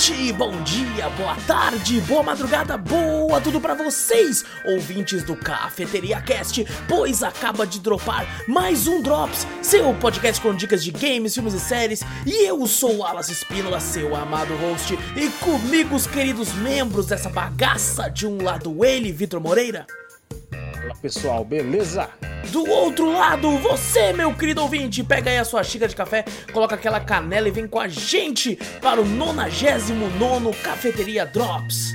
noite, bom dia, boa tarde, boa madrugada, boa tudo pra vocês, ouvintes do Cafeteria Cast, pois acaba de dropar mais um Drops, seu podcast com dicas de games, filmes e séries, e eu sou o Alas Espínola, seu amado host, e comigo os queridos membros dessa bagaça, de um lado ele, Vitor Moreira. Olá pessoal, beleza? Do outro lado, você, meu querido ouvinte, pega aí a sua xícara de café, coloca aquela canela e vem com a gente para o 99º Cafeteria Drops.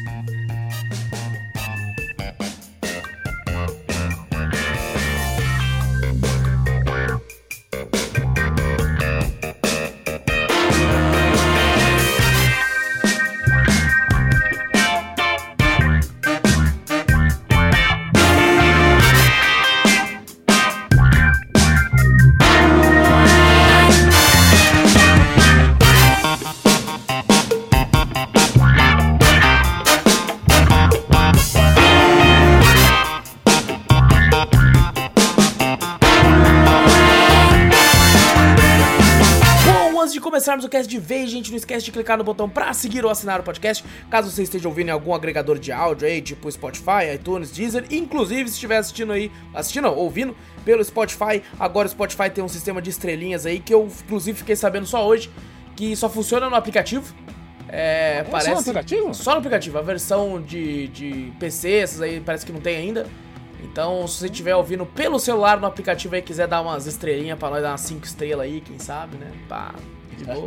Começarmos o cast de vez, gente, não esquece de clicar no botão pra seguir ou assinar o podcast, caso você esteja ouvindo em algum agregador de áudio aí, tipo Spotify, iTunes, Deezer, inclusive se estiver ouvindo pelo Spotify, agora o Spotify tem um sistema de estrelinhas aí, que eu inclusive fiquei sabendo só hoje, que só funciona no aplicativo. Parece... Só no aplicativo? Só no aplicativo, a versão de PC, essas aí parece que não tem ainda. Então, se você estiver ouvindo pelo celular no aplicativo aí, quiser dar umas estrelinhas pra nós, dar umas 5 estrelas aí, quem sabe, né? Pá, de boa.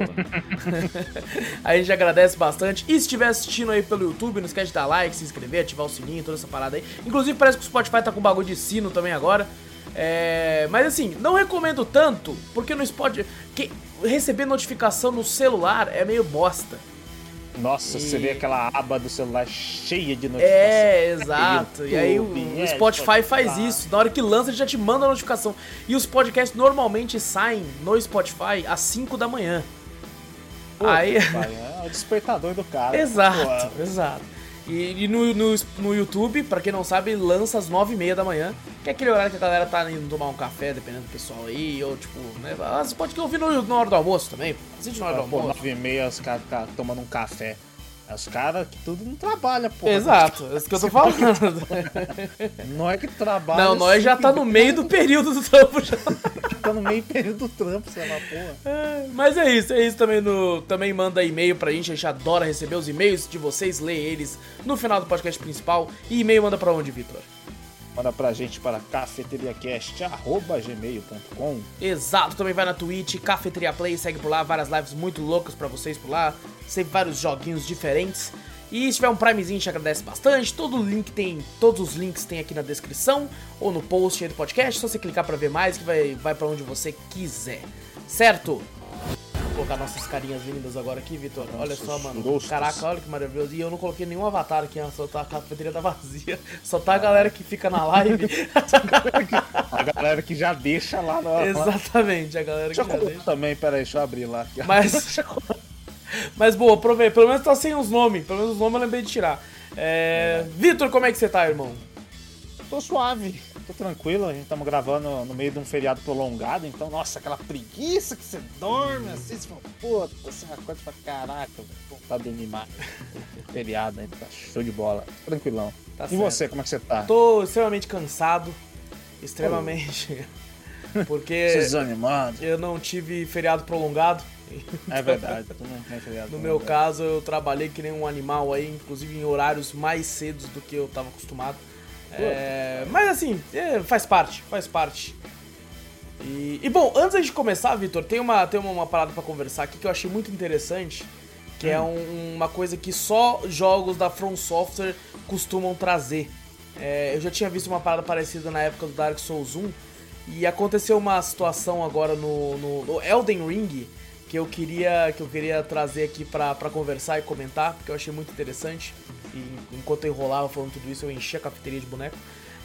A gente agradece bastante. E se estiver assistindo aí pelo YouTube, não esquece de dar like, se inscrever, ativar o sininho, toda essa parada aí. Inclusive, parece que o Spotify tá com bagulho de sino também agora. Mas assim, não recomendo tanto, porque no Spotify... receber notificação no celular é meio bosta. Nossa, você vê aquela aba do celular cheia de notificação. Exato. YouTube, e aí o Spotify faz isso. Na hora que lança, ele já te manda a notificação. E os podcasts normalmente saem no Spotify às 5 da manhã. Pô, aí... É o despertador do cara. Exato, exato. E no YouTube, pra quem não sabe, lança às 9h30 da manhã, que é aquele horário que a galera tá indo tomar um café, dependendo do pessoal aí, ou tipo, né? Você pode ouvir na hora do almoço também, assiste na hora do almoço. 9h30 os caras ficam tomando um café. Os caras que tudo não trabalha, pô. Exato, é isso que eu tô falando. Não é que trabalha. Não, nós já tá no meio do período do trampo já. Tá no meio período do trampo, sei lá, porra. Mas é isso também. Também manda e-mail pra gente, a gente adora receber os e-mails de vocês, lê eles no final do podcast principal. E e-mail manda pra onde, Vitor? Manda pra gente para cafeteriacast@gmail.com. Exato, também vai na Twitch, Cafeteria Play, segue por lá, várias lives muito loucas pra vocês por lá, sempre vários joguinhos diferentes. E se tiver um Primezinho, a gente agradece bastante. Todos os links tem aqui na descrição ou no post aí do podcast, só você clicar pra ver mais que vai pra onde você quiser, certo? Vou colocar nossas carinhas lindas agora aqui, Vitor. Olha só, mano. Gostos. Caraca, olha que maravilhoso. E eu não coloquei nenhum avatar aqui, só tá a cafeteria da vazia. Só tá a galera que fica na live. A galera que já deixa lá. Exatamente, a galera que já deixa. Também, peraí, deixa eu abrir lá. Mas boa, aproveita. Pelo menos tá sem os nomes. Pelo menos os nomes eu lembrei de tirar. Vitor, como é que você tá, irmão? Tô suave. Tô tranquilo, a gente estamos gravando no meio de um feriado prolongado, então, nossa, aquela preguiça que você dorme assim, você fala, puta, você acorda e fala, caraca, vou voltar a dormir mais. Feriado, né? Tá show de bola, tranquilão. Tá e certo. você, como é que você tá? Tô extremamente cansado, extremamente, porque desanimado. Eu não tive feriado prolongado. É verdade, tu não tem feriado. No meu caso, eu trabalhei que nem um animal aí, inclusive em horários mais cedos do que eu tava acostumado. Mas assim, faz parte. E bom, antes da gente começar, Vitor, tem uma parada pra conversar aqui que eu achei muito interessante, que é uma coisa que só jogos da From Software costumam trazer. Eu já tinha visto uma parada parecida na época do Dark Souls 1, e aconteceu uma situação agora no Elden Ring que eu queria trazer aqui pra conversar e comentar, porque eu achei muito interessante. E enquanto eu enrolava falando tudo isso, eu enchi a cafeteria de boneco.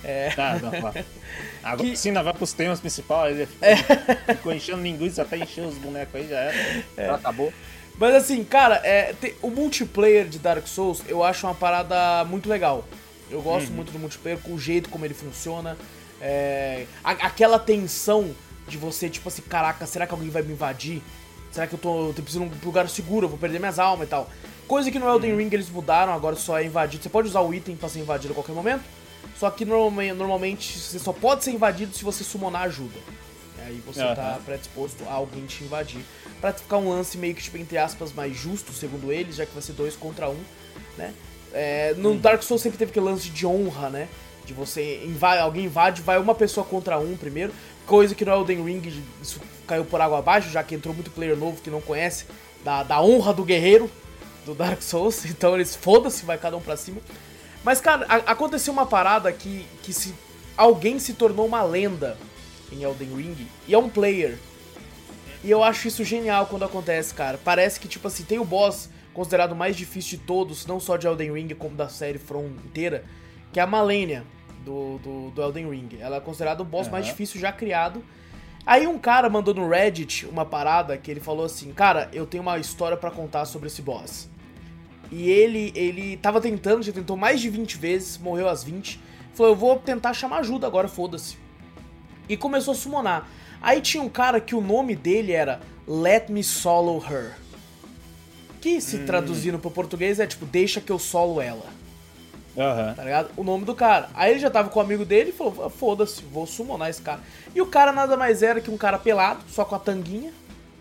Agora sim, vai pros temas principais. Ele ficou enchendo linguiça até encher os bonecos aí, já era. Já acabou. Mas assim, cara, o multiplayer de Dark Souls eu acho uma parada muito legal. Eu gosto muito do multiplayer, com o jeito como ele funciona. Aquela tensão de você, tipo assim, caraca, será que alguém vai me invadir? Será que eu preciso de um lugar seguro, eu vou perder minhas almas e tal. Coisa que no Elden Ring eles mudaram, agora só é invadido. Você pode usar o item pra ser invadido a qualquer momento, só que normalmente você só pode ser invadido se você summonar ajuda. E aí você tá predisposto a alguém te invadir. Pra ficar um lance meio que, tipo, entre aspas, mais justo, segundo eles, já que vai ser 2 contra 1, né? No Dark Souls sempre teve aquele lance de honra, né? De você alguém invade, vai uma pessoa contra um primeiro. Coisa que no Elden Ring isso caiu por água abaixo, já que entrou muito player novo que não conhece da honra do guerreiro do Dark Souls. Então eles, foda-se, vai cada um pra cima. Mas, cara, aconteceu uma parada que alguém se tornou uma lenda em Elden Ring, e é um player. E eu acho isso genial quando acontece, cara. Parece que, tipo assim, tem o boss considerado o mais difícil de todos, não só de Elden Ring, como da série From inteira, que é a Malenia do Elden Ring. Ela é considerada o boss mais difícil já criado. Aí um cara mandou no Reddit uma parada que ele falou assim, cara, eu tenho uma história pra contar sobre esse boss. E ele tava tentando, já tentou mais de 20 vezes, morreu às 20. Falou, eu vou tentar chamar ajuda agora, foda-se. E começou a summonar. Aí tinha um cara que o nome dele era Let Me Solo Her. Que se traduzindo pro português é tipo, deixa que eu solo ela. Tá ligado? O nome do cara. Aí ele já tava com o amigo dele e falou, foda-se, vou summonar esse cara. E o cara nada mais era que um cara pelado, só com a tanguinha.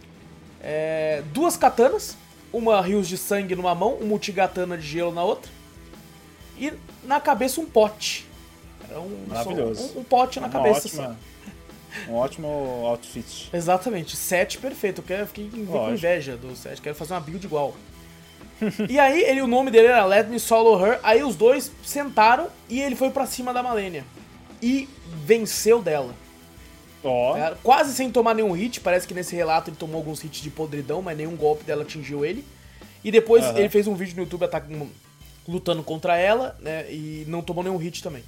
2 katanas. Uma rios de sangue numa mão, um multigatana de gelo na outra. E na cabeça um pote. Era maravilhoso. Um pote na cabeça só. Um ótimo outfit. Exatamente, 7 perfeito. Eu fiquei com inveja do 7, quero fazer uma build igual. E aí, o nome dele era Let Me Solo Her. Aí os dois sentaram e ele foi pra cima da Malenia. E venceu dela. Quase sem tomar nenhum hit. Parece que nesse relato ele tomou alguns hits de podridão, mas nenhum golpe dela atingiu ele. E depois ele fez um vídeo no YouTube lutando contra ela, né? E não tomou nenhum hit também.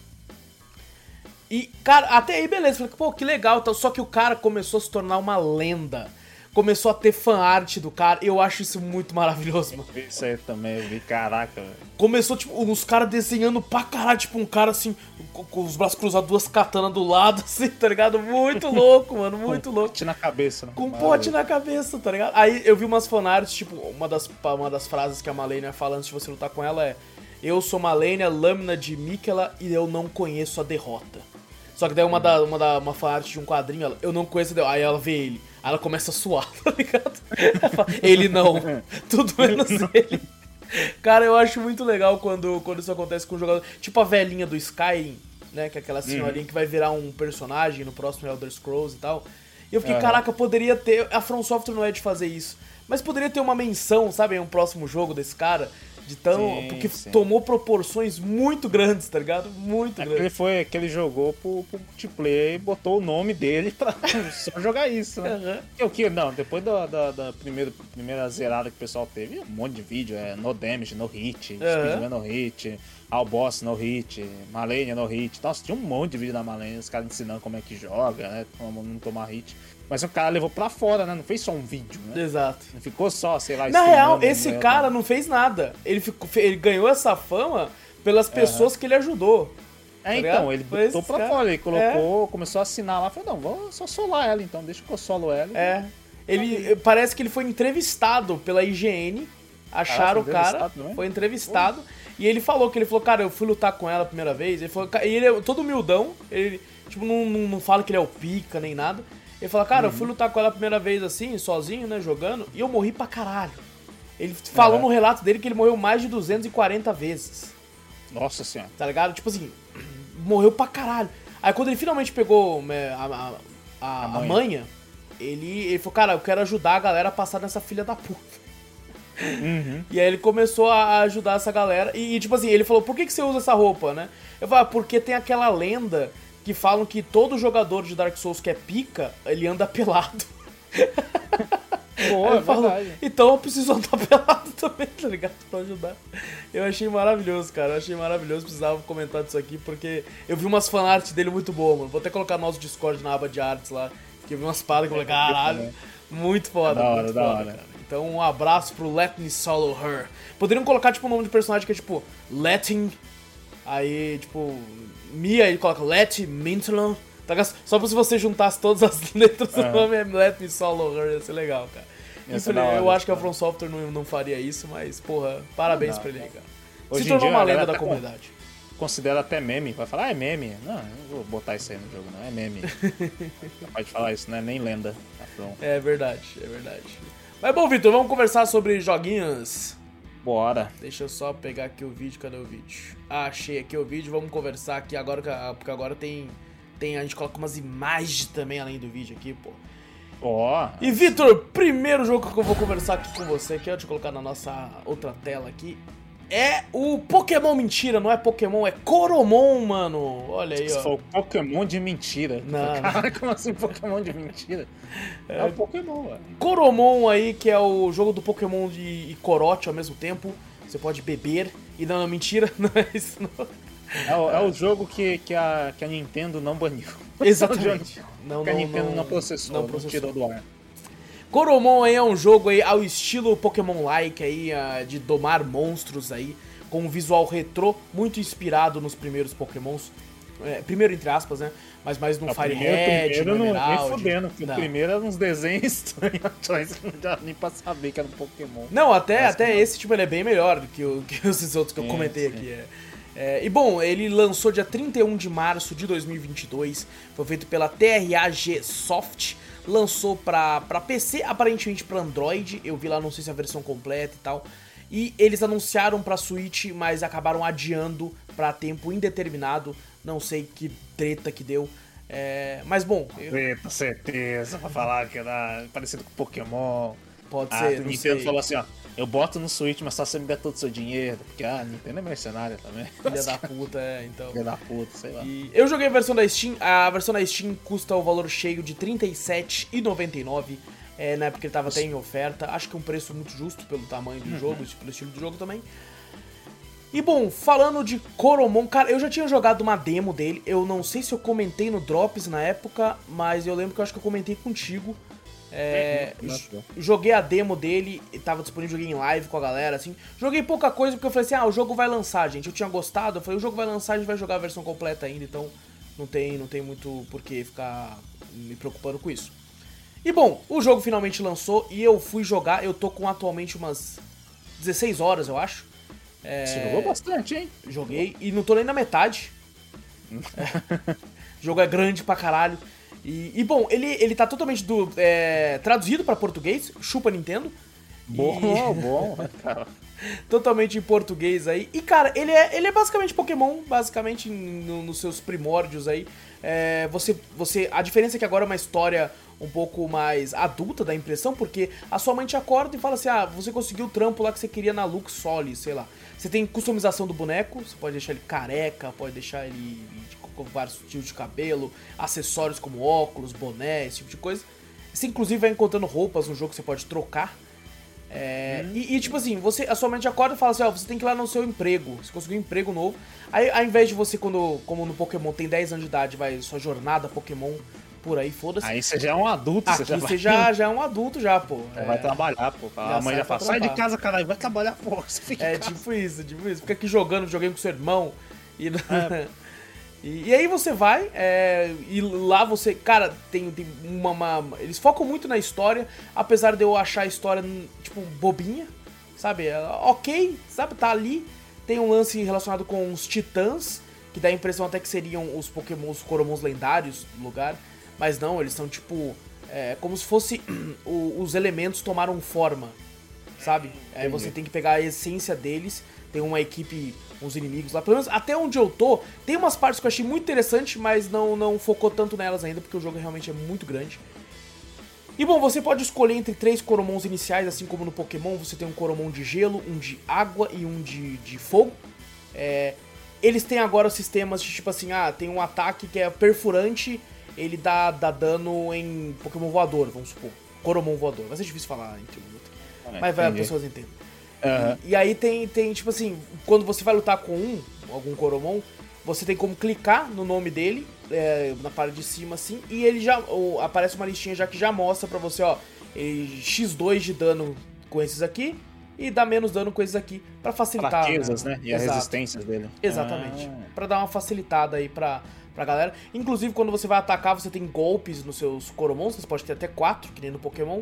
E, cara, até aí beleza, falei, pô, que legal, só que o cara começou a se tornar uma lenda. Começou a ter fanart do cara, eu acho isso muito maravilhoso, mano. Eu vi isso aí também, eu vi, caraca, velho. Começou, tipo, os caras desenhando pra caralho, tipo, um cara assim, com os braços cruzados, 2 katanas do lado, assim, tá ligado? Muito louco, mano, muito louco. Com pote na cabeça, né? Com pote na cabeça, tá ligado? Aí eu vi umas fanarts, tipo, uma das frases que a Malenia fala antes de você lutar com ela é: eu sou Malenia, lâmina de Miquella, e eu não conheço a derrota. Só que daí uma fanart de um quadrinho, ela, eu não conheço a derrota. Aí ela vê ele, aí ela começa a suar, tá ligado? Ele não, tudo menos ele. Cara, eu acho muito legal quando isso acontece com o jogador. Tipo a velhinha do Skyrim, né? Que é aquela senhorinha que vai virar um personagem no próximo Elder Scrolls e tal. E eu fiquei, caraca, poderia ter... A From Software não é de fazer isso. Mas poderia ter uma menção, sabe? Em um próximo jogo desse cara. Porque tomou proporções muito grandes, tá ligado? Muito grandes. Ele jogou pro multiplayer e botou o nome dele pra só jogar isso, né? Não, depois da primeira zerada que o pessoal teve, um monte de vídeo, no damage, no hit, speedrun no hit, all boss no hit, Malenia no hit. Nossa, tinha um monte de vídeo da Malenia, os caras ensinando como é que joga, né? Como não tomar hit. Mas o cara levou pra fora, né? Não fez só um vídeo, né? Exato. Não ficou só, sei lá... Na real, esse cara não fez nada. Ele ganhou essa fama pelas pessoas que ele ajudou. Tá então, ele botou pra fora, ele colocou, começou a assinar lá, falou, não, vou só solar ela então, deixa que eu solo ela. Parece que ele foi entrevistado pela IGN, acharam o cara, foi entrevistado, e ele falou, cara, eu fui lutar com ela a primeira vez, ele falou, e ele é todo humildão, ele, tipo, não fala que ele é o pica nem nada. Ele falou, cara, eu fui lutar com ela a primeira vez assim, sozinho, né, jogando, e eu morri pra caralho. Ele falou no relato dele que ele morreu mais de 240 vezes. Nossa senhora. Tá ligado? Tipo assim, morreu pra caralho. Aí quando ele finalmente pegou a manha, ele falou, cara, eu quero ajudar a galera a passar nessa filha da puta. E aí ele começou a ajudar essa galera. E tipo assim, ele falou, por que você usa essa roupa, né? Eu falei, porque tem aquela lenda que falam que todo jogador de Dark Souls que é pica, ele anda pelado. Pô, falou, então eu preciso andar pelado também, tá ligado? Pra ajudar. Eu achei maravilhoso, cara. Eu achei maravilhoso. Precisava comentar disso aqui, porque eu vi umas fanarts dele muito boas, mano. Vou até colocar nosso Discord na aba de artes lá. Que eu vi umas paradas que eu falei, caralho. Muito foda, da hora. Cara. Então um abraço pro Let Me Solo Her. Poderiam colocar, tipo, um nome de personagem que é, tipo, Letting. Aí, tipo, Mia, aí coloca Let Mintlon. Tá? Só pra se você juntasse todas as letras do nome é Let Me Solo Her, ia ser legal, cara. Eu acho que a From Software não faria isso, mas, porra, parabéns pra ele aí, cara. Hoje Se tornou em dia, uma lenda da comunidade. Considera até meme. Vai falar, é meme. Não, eu não vou botar isso aí no jogo, não. É meme. Não pode falar isso, não é nem lenda. É verdade. Mas bom, Vitor, vamos conversar sobre joguinhos. Bora. Deixa eu só pegar aqui o vídeo, cadê o vídeo? Achei aqui o vídeo, vamos conversar aqui agora, porque agora tem a gente coloca umas imagens também além do vídeo aqui, pô. E Vitor, primeiro jogo que eu vou conversar aqui com você, que deixa eu colocar na nossa outra tela aqui, é o Pokémon mentira, não é Pokémon, é Coromon, mano. Olha aí, ó. Você falou Pokémon de mentira. Não. Cara, como assim Pokémon de mentira? É o Pokémon, velho. Coromon aí, que é o jogo do Pokémon e Corote ao mesmo tempo. Você pode beber. E não, mentira, não é isso não. É o jogo que a Nintendo não baniu. Exatamente. Que a Nintendo não processou, não tirou do ar. Coromon aí é um jogo aí ao estilo Pokémon-like aí, de domar monstros aí, com um visual retrô, muito inspirado nos primeiros Pokémons. Primeiro entre aspas, né? Mas mais no Fire Red, no Emerald. Nem fudendo, porque o primeiro era uns desenhos estranhos, não dá nem pra saber que era um Pokémon. Não, até esse tipo ele é bem melhor do que esses outros que eu comentei aqui. E bom, ele lançou dia 31 de março de 2022, foi feito pela TRAG Soft, lançou pra PC, aparentemente pra Android, eu vi lá, não sei se é a versão completa e tal, e eles anunciaram pra Switch, mas acabaram adiando pra tempo indeterminado, não sei que treta que deu, mas bom... Treta, certeza, pra falar que era parecido com Pokémon. Pode ser, não Nintendo falou assim, ó, eu boto no Switch, mas só você me der todo o seu dinheiro, porque a Nintendo é mercenária também. Filha da puta, então. Filha da puta, sei lá. E eu joguei a versão da Steam custa o valor cheio de R$ 37,99, na época ele tava até em oferta, acho que é um preço muito justo pelo tamanho do jogo, pelo estilo de jogo também. E bom, falando de Coromon, cara, eu já tinha jogado uma demo dele, eu não sei se eu comentei no Drops na época, mas eu lembro que eu acho que eu comentei contigo. Joguei a demo dele, tava disponível, joguei em live com a galera, assim. Joguei pouca coisa porque eu falei assim, o jogo vai lançar, gente. Eu tinha gostado, eu falei, o jogo vai lançar, a gente vai jogar a versão completa ainda, então não tem muito por que ficar me preocupando com isso. E bom, o jogo finalmente lançou e eu fui jogar, eu tô com atualmente umas 16 horas, eu acho. Você jogou bastante, hein? Joguei e não tô nem na metade. O jogo é grande pra caralho. E bom, ele tá totalmente traduzido pra português, chupa Nintendo. Bom, cara. Totalmente em português aí. E cara, ele é basicamente Pokémon, basicamente nos seus primórdios aí. A diferença é que agora é uma história um pouco mais adulta, dá a impressão, porque a sua mãe te acorda e fala assim, você conseguiu o trampo lá que você queria na Lux Solis, sei lá. Você tem customização do boneco, você pode deixar ele careca, pode deixar ele com vários estilos de cabelo, acessórios como óculos, boné, esse tipo de coisa. Você inclusive vai encontrando roupas no jogo que você pode trocar. E tipo assim, a sua mente acorda e fala assim, você tem que ir lá no seu emprego, você conseguiu um emprego novo. Aí ao invés de você, como no Pokémon tem 10 anos de idade, vai sua jornada Pokémon por aí, foda-se. Aí você já é um adulto, aqui você já é um adulto já, pô. Vai trabalhar, pô. A mãe já fala, sai de casa, caralho, vai trabalhar, pô. Você fica tipo isso. Fica aqui jogando videogame com seu irmão. E aí você vai, e lá você, cara, tem eles focam muito na história, apesar de eu achar a história, tipo, bobinha, sabe? Ok, sabe, tá ali. Tem um lance relacionado com os titãs, que dá a impressão até que seriam os Pokémon, os Coromons lendários do lugar, mas não, eles são tipo, como se fosse os elementos tomaram forma, sabe? Aí você tem que pegar a essência deles, tem uma equipe, uns inimigos lá, pelo menos até onde eu tô, tem umas partes que eu achei muito interessante, mas não focou tanto nelas ainda, porque o jogo realmente é muito grande. E bom, você pode escolher entre 3 Coromons iniciais, assim como no Pokémon, você tem um Coromon de gelo, um de água e um de fogo. Eles têm agora sistemas de tipo assim, tem um ataque que é perfurante, ele dá dano em Pokémon voador, vamos supor. Coromon voador, vai ser difícil falar entre um e outro, mas as pessoas entendem. E aí tem, tipo assim, quando você vai lutar com algum Coromon, você tem como clicar no nome dele, na parte de cima assim, e ele já, aparece uma listinha já que já mostra pra você, X2 de dano com esses aqui, e dá menos dano com esses aqui, pra facilitar. Fraquezas, né? E as resistências dele. Exatamente. Pra dar uma facilitada aí pra galera. Inclusive, quando você vai atacar, você tem golpes nos seus Coromons, você pode ter até 4, que nem no Pokémon.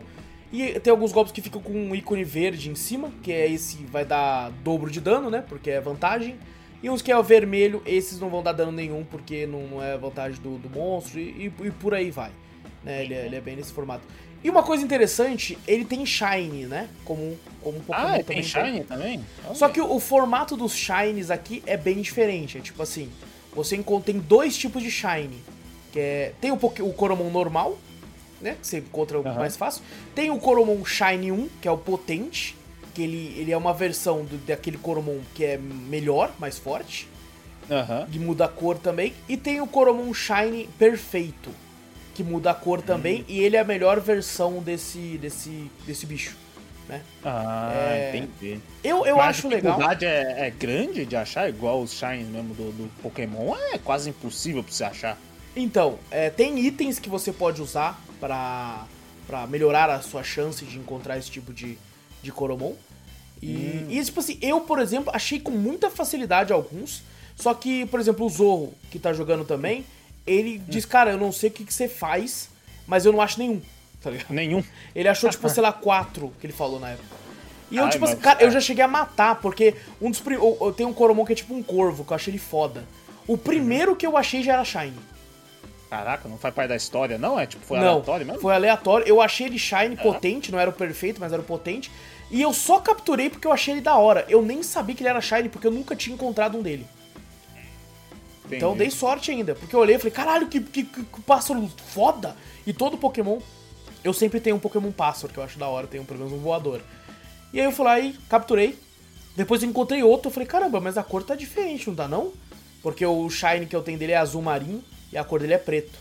E tem alguns golpes que ficam com um ícone verde em cima, que é esse vai dar dobro de dano, né? Porque é vantagem. E uns que é o vermelho, esses não vão dar dano nenhum, porque não é vantagem do monstro e por aí vai. Né? Ele é bem nesse formato. E uma coisa interessante, ele tem Shine, né? Como um Pokémon ele tem Shine também? Só que o formato dos Shines aqui é bem diferente. É tipo assim, tem 2 tipos de Shine. Tem o Coromon normal, né? Que você encontra mais fácil. Tem o Coromon Shine 1, que é o potente. Que ele é uma versão daquele Coromon que é melhor, mais forte. Que muda a cor também. E tem o Coromon Shine perfeito, que muda a cor também. E ele é a melhor versão desse bicho, né? Entendi. Eu acho legal. A dificuldade é grande de achar, igual os Shines mesmo do Pokémon. É quase impossível pra você achar. Então, tem itens que você pode usar pra melhorar a sua chance de encontrar esse tipo de Coromon. E tipo assim, eu, por exemplo, achei com muita facilidade alguns. Só que, por exemplo, o Zorro, que tá jogando também, ele diz, cara, eu não sei o que você faz, mas eu não acho nenhum, tá ligado? Nenhum? Ele achou, tipo, sei lá, 4 que ele falou na época. E eu, tipo assim, cara, eu já cheguei a matar, porque eu tenho um Coromon que é tipo um corvo, que eu achei ele foda. O primeiro que eu achei já era Shine. Caraca, não faz parte da história, não? Foi aleatório mesmo? Foi aleatório. Eu achei ele Shine potente, não era o perfeito, mas era o potente. E eu só capturei porque eu achei ele da hora. Eu nem sabia que ele era Shine, porque eu nunca tinha encontrado um dele. Entendi. Então eu dei sorte ainda, porque eu olhei e falei, caralho, que pássaro foda! E todo Pokémon, eu sempre tenho um Pokémon pássaro, que eu acho da hora, tenho pelo menos um voador. E aí eu fui lá e capturei. Depois eu encontrei outro, eu falei, caramba, mas a cor tá diferente, não tá não? Porque o Shine que eu tenho dele é azul marinho e a cor dele é preto.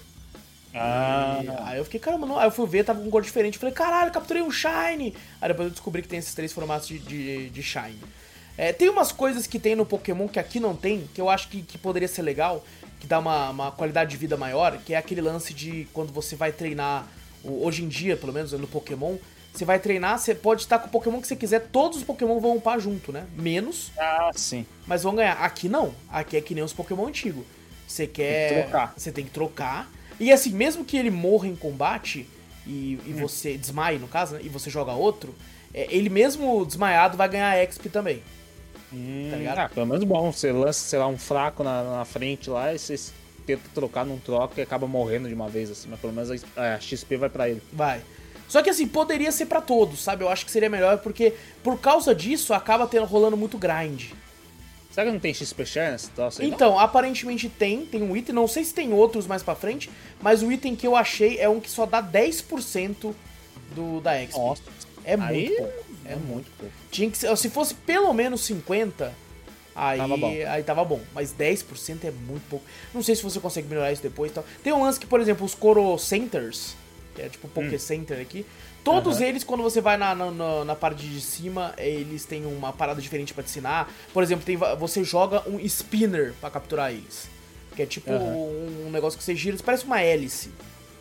Aí eu fiquei, caramba, não. Aí eu fui ver, tava com cor diferente. Eu falei, caralho, capturei um Shine! Aí depois eu descobri que tem esses 3 formatos de Shine. Tem umas coisas que tem no Pokémon que aqui não tem, que eu acho que poderia ser legal, que dá uma qualidade de vida maior, que é aquele lance de quando você vai treinar, hoje em dia, pelo menos, no Pokémon, você vai treinar, você pode estar com o Pokémon que você quiser, todos os Pokémon vão upar junto, né? Menos. Sim. Mas vão ganhar. Aqui não. Aqui é que nem os Pokémon antigos. Você você tem que trocar. E assim, mesmo que ele morra em combate, e você desmaie, no caso, né? E você joga outro, ele mesmo desmaiado vai ganhar XP também. Tá ligado? Pelo menos bom. Você lança, sei lá, um fraco na frente lá, e você tenta trocar, não troca e acaba morrendo de uma vez, assim. Mas pelo menos a XP vai pra ele. Vai. Só que assim, poderia ser pra todos, sabe? Eu acho que seria melhor, porque por causa disso acaba rolando muito grind. Será que não tem XP Share nessa situação? Então, aparentemente tem um item, não sei se tem outros mais pra frente, mas o item que eu achei é um que só dá 10% da XP. Nossa. Muito pouco. É muito pouco. Tinha que ser, se fosse pelo menos 50, aí tava bom. Mas 10% é muito pouco. Não sei se você consegue melhorar isso depois e tal. Tem um lance que, por exemplo, os Coro Centers, que é tipo o Poké Center aqui, todos eles, quando você vai na parte de cima, eles têm uma parada diferente pra te ensinar. Por exemplo, você joga um spinner pra capturar eles. Que é tipo um negócio que você gira, parece uma hélice.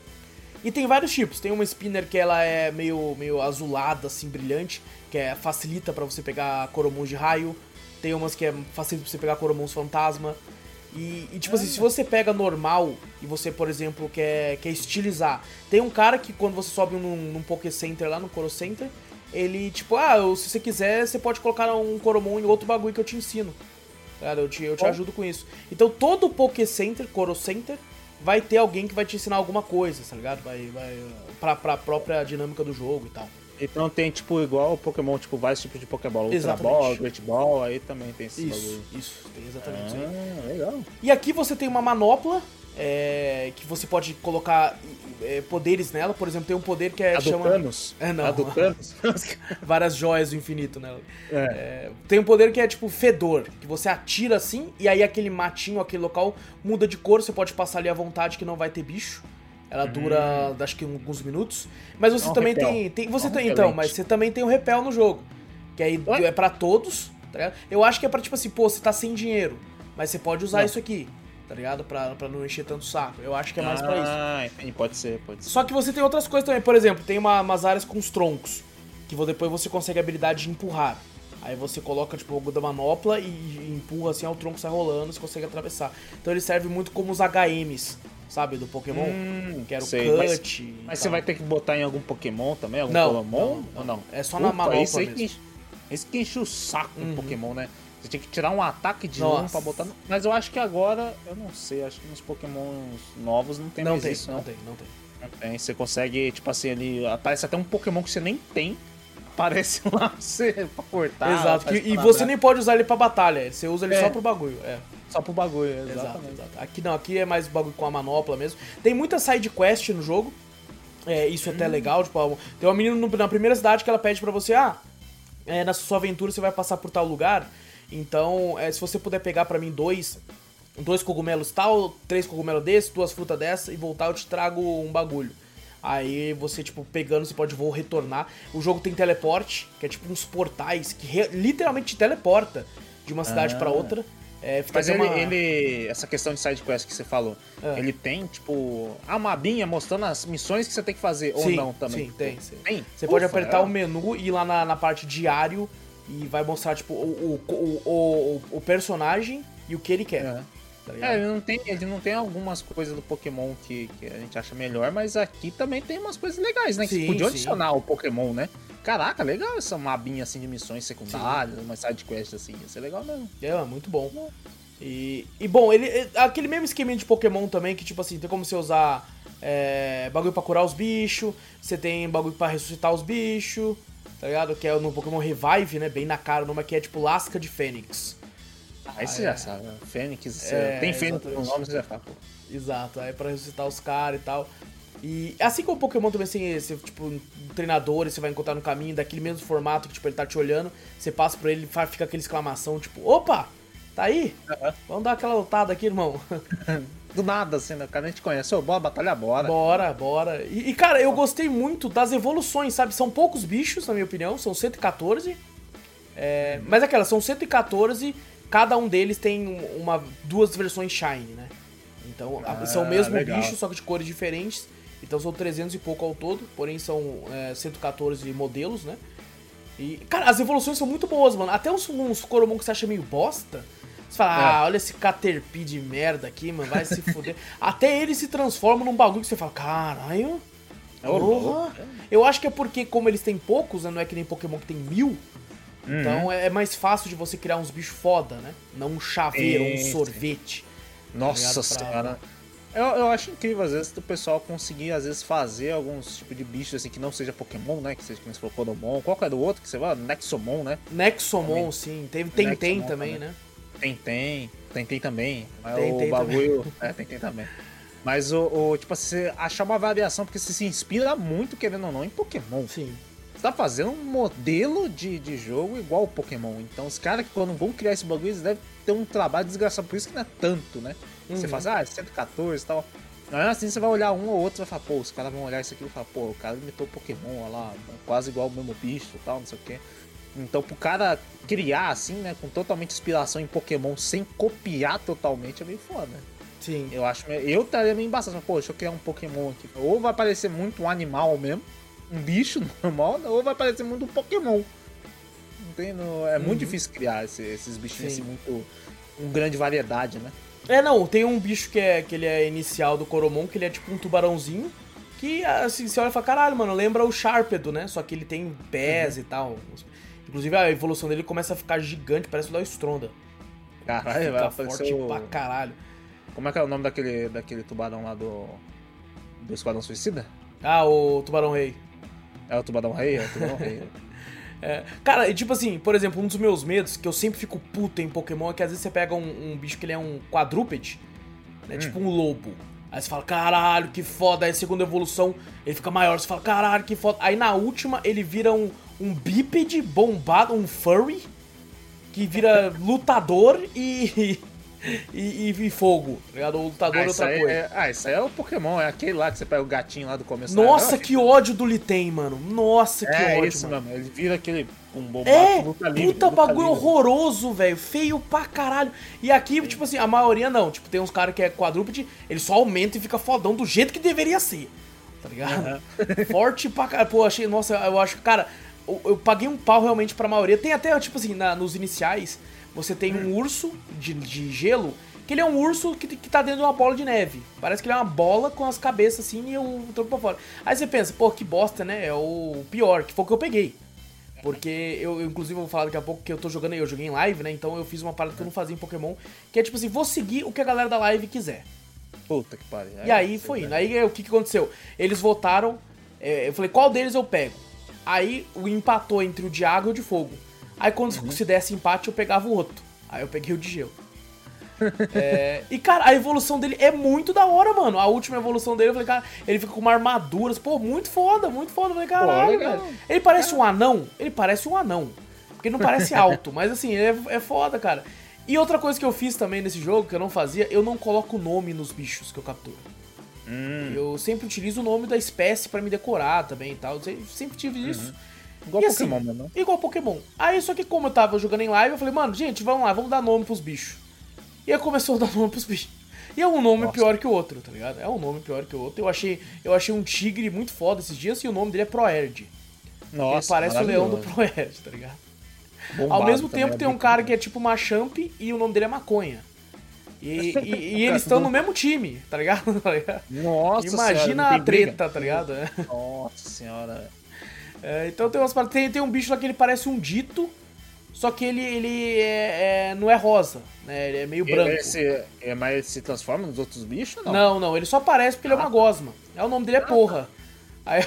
E tem vários tipos. Tem uma spinner que ela é meio azulada, assim, brilhante, que facilita pra você pegar Coromons de raio. Tem umas que facilita pra você pegar Coromons fantasma. E tipo assim, se você pega normal e você, por exemplo, quer estilizar, tem um cara que quando você sobe num Poké Center lá, no Coro Center, ele tipo, se você quiser, você pode colocar um Coromon em outro bagulho que eu te ensino. Cara, eu te ajudo com isso. Então todo Poké Center, Coro Center, vai ter alguém que vai te ensinar alguma coisa, tá ligado? Vai pra própria dinâmica do jogo e tal. Então tem, tipo, igual o Pokémon, tipo, vários tipos de Pokébola. Ultra Ball, Great Ball, aí também tem esse bagulho. Isso, tem exatamente isso aí. Legal. E aqui você tem uma manopla, que você pode colocar poderes nela. Por exemplo, tem um poder que a do Thanos? Não. A do Thanos? Várias joias do infinito nela. Tem um poder que é tipo fedor, que você atira assim, e aí aquele matinho, aquele local, muda de cor. Você pode passar ali à vontade que não vai ter bicho. Ela dura, acho que alguns minutos. Mas você também mas você também tem o repel no jogo. Que aí é pra todos, tá ligado? Eu acho que é pra, tipo assim, você tá sem dinheiro, mas você pode usar isso aqui, tá ligado? Pra não encher tanto o saco. Eu acho que é mais pra isso. Entendi. Pode ser. Só que você tem outras coisas também. Por exemplo, tem umas áreas com os troncos, que depois você consegue a habilidade de empurrar. Aí você coloca, tipo, o da manopla e empurra assim, o tronco sai rolando, você consegue atravessar. Então ele serve muito como os HMs. sabe, do Pokémon, que era o sei, Cut. Mas você vai ter que botar em algum Pokémon também? Algum Não, Pokémon? Ou não? É só na manopla esse mesmo. Esse que enche o saco do Pokémon, né? Você tinha que tirar um ataque de Nossa. um pra botar... Mas eu acho que agora, eu não sei, acho que nos Pokémons novos não tem mais isso, não. Não tem. Não tem, você consegue, tipo assim, ali, aparece até um Pokémon que você nem tem, aparece lá pra você pra cortar. Exato, e você nem pode usar ele pra batalha, você usa ele só pro bagulho, Só pro bagulho, exatamente. Exato. Aqui não, aqui é mais bagulho com a manopla mesmo. Tem muita side quest no jogo, isso é até legal, tipo, tem uma menina na primeira cidade que ela pede pra você, na sua aventura você vai passar por tal lugar, então se você puder pegar pra mim dois cogumelos tal, 3 cogumelos desse, 2 frutas dessa e voltar eu te trago um bagulho. Aí você, tipo, pegando, você pode retornar. O jogo tem teleporte, que é tipo uns portais que literalmente te teleporta de uma cidade pra outra. Mas essa questão de side quest que você falou, ele tem, tipo, a mapinha mostrando as missões que você tem que fazer, ou não também? Sim, tem. Tem? Você pode apertar o menu e ir lá na parte diário e vai mostrar, tipo, o personagem e o que ele quer. Tá ele não tem algumas coisas do Pokémon que a gente acha melhor, mas aqui também tem umas coisas legais, né? Que você podia adicionar o Pokémon, né? Caraca, legal essa mapinha assim de missões secundárias, uma side quest assim, ia ser legal mesmo. Muito bom. E bom, aquele mesmo esqueminha de Pokémon também, que tipo assim, tem como você usar bagulho pra curar os bichos, você tem bagulho pra ressuscitar os bichos, tá ligado? Que é no Pokémon Revive, né? Bem na cara, o nome aqui é tipo Lasca de Fênix. Aí você já sabe, Fênix, tem Fênix no nome, você já sabe, pô. Exato, aí pra ressuscitar os caras e tal. E assim como o Pokémon também tem esse, tipo, um treinador, você vai encontrar no caminho, daquele mesmo formato que, tipo, ele tá te olhando, você passa por ele e fica aquela exclamação, tipo, opa, tá aí? Vamos dar aquela lutada aqui, irmão. Do nada, assim, né? O cara nem te conhece. Bora batalhar, bora. Bora. E, cara, eu gostei muito das evoluções, sabe? São poucos bichos, na minha opinião, são 114. Mas são 114, cada um deles tem duas versões Shine, né? Então, são o mesmo bicho, só que de cores diferentes. Então são 300 e pouco ao todo, porém são 114 modelos, né? E, cara, as evoluções são muito boas, mano. Até uns Coromon que você acha meio bosta, você fala, olha esse Caterpie de merda aqui, mano, vai se fuder. Até ele se transforma num bagulho que você fala, caralho, porra. Eu acho que é porque, como eles têm poucos, né, não é que nem Pokémon que tem 1000, então é mais fácil de você criar uns bichos foda, né? Não um chaveiro, um sorvete. Nossa senhora. Eu acho incrível, às vezes, o pessoal conseguir, às vezes, fazer alguns tipos de bichos, assim, que não seja Pokémon, né? Que seja, como você falou, Kodomon. Qual que é do outro que você vai? Nexomon, né? Nexomon, também. Sim. Teve Tentem também, né? Tentem também. Tentem também. Tentem também. Mas, tipo assim, você achar uma variação, porque você se inspira muito, querendo ou não, em Pokémon. Sim. Você tá fazendo um modelo de jogo igual o Pokémon. Então, os caras que quando vão criar esse bagulho, eles devem ter um trabalho desgraçado. Por isso que não é tanto, né? Você fala assim, 114 e tal. Não é assim, você vai olhar um ou outro e vai falar, pô, os caras vão olhar isso aqui e falar, pô, o cara imitou o Pokémon, olha lá, quase igual o mesmo bicho e tal, não sei o quê. Então, pro cara criar assim, né, com totalmente inspiração em Pokémon, sem copiar totalmente, é meio foda. Sim. Eu estaria meio embaçado, mas, pô, deixa eu criar um Pokémon aqui. Ou vai parecer muito um animal mesmo, um bicho normal, ou vai parecer muito um Pokémon. Entende? É muito difícil criar esses bichinhos assim, muito, com grande variedade, né? Não, tem um bicho que ele é inicial do Coromon, que ele é tipo um tubarãozinho, que assim, você olha e fala, caralho, mano, lembra o Sharpedo, né? Só que ele tem pés e tal. Inclusive a evolução dele começa a ficar gigante, parece o Léo Stronda. Caralho, vai forte pra caralho. Como é que é o nome daquele tubarão lá do Esquadrão Suicida? O Tubarão Rei. É o Tubarão Rei? É o Tubarão Rei. Cara, e tipo assim, por exemplo, um dos meus medos, que eu sempre fico puto em Pokémon, é que às vezes você pega um bicho que ele é um quadrúpede, né, tipo um lobo. Aí você fala, caralho, que foda. Aí a segunda evolução, ele fica maior, você fala, caralho, que foda. Aí na última, ele vira um bípede bombado, um furry, que vira lutador e fogo, tá ligado? O lutador é outra coisa. Isso aí é o Pokémon, é aquele lá que você pega o gatinho lá do começo. Nossa, que ódio do Litten, mano. Nossa, que ódio, é isso, mano. Ele vira aquele bombado, luta livre. Puta bagulho horroroso, velho. Feio pra caralho. E aqui, tipo assim, a maioria não. Tipo, tem uns caras que é quadrúpede, ele só aumenta e fica fodão do jeito que deveria ser. Tá ligado? Forte pra caralho. Pô, achei, nossa, eu acho que, cara, eu paguei um pau realmente pra maioria. Tem até, tipo assim, nos iniciais, você tem um urso de gelo que ele é um urso que tá dentro de uma bola de neve. Parece que ele é uma bola com as cabeças assim e o tronco pra fora. Aí você pensa, pô, que bosta, né? É o pior, que foi o que eu peguei. Porque eu inclusive, vou falar daqui a pouco que eu tô jogando aí, eu joguei em live, né? Então eu fiz uma parada que eu não fazia em Pokémon, que é tipo assim, vou seguir o que a galera da live quiser. Puta que pariu. E aí foi indo. Aí o que aconteceu? Eles votaram, eu falei, qual deles eu pego? Aí o empatou entre o de água e o de fogo. Aí quando se desse empate, eu pegava o outro. Aí eu peguei o de gelo. E, cara, a evolução dele é muito da hora, mano. A última evolução dele, eu falei, cara, ele fica com uma armadura, pô, muito foda, muito foda. Eu falei, caralho, velho. Ele parece um anão? Ele parece um anão. Porque ele não parece alto, mas assim, ele é foda, cara. E outra coisa que eu fiz também nesse jogo, que eu não fazia, eu não coloco nome nos bichos que eu capturo. Eu sempre utilizo o nome da espécie pra me decorar também e tal. Eu sempre tive isso. Igual e Pokémon, assim, né? Igual Pokémon. Aí, só que como eu tava jogando em live, eu falei, mano, gente, vamos lá, vamos dar nome pros bichos. E aí começou a dar nome pros bichos. E é um nome pior que o outro, tá ligado? É um nome pior que o outro. Eu achei um tigre muito foda esses dias e o nome dele é Proerd. Nossa, ele parece o leão do Proerd, tá ligado? Bombado. Ao mesmo tempo tem um cara que é tipo Machamp e o nome dele é Maconha. E eles estão no mesmo time, tá ligado? Nossa Imagina senhora, a treta, tá ligado? Nossa senhora. Então tem umas paradas. Tem um bicho lá que ele parece um dito, só que ele não é rosa, né? Ele é meio branco. Mas ele se transforma nos outros bichos ou não? Não, ele só parece porque ele é uma gosma. O nome dele é Porra. Aí...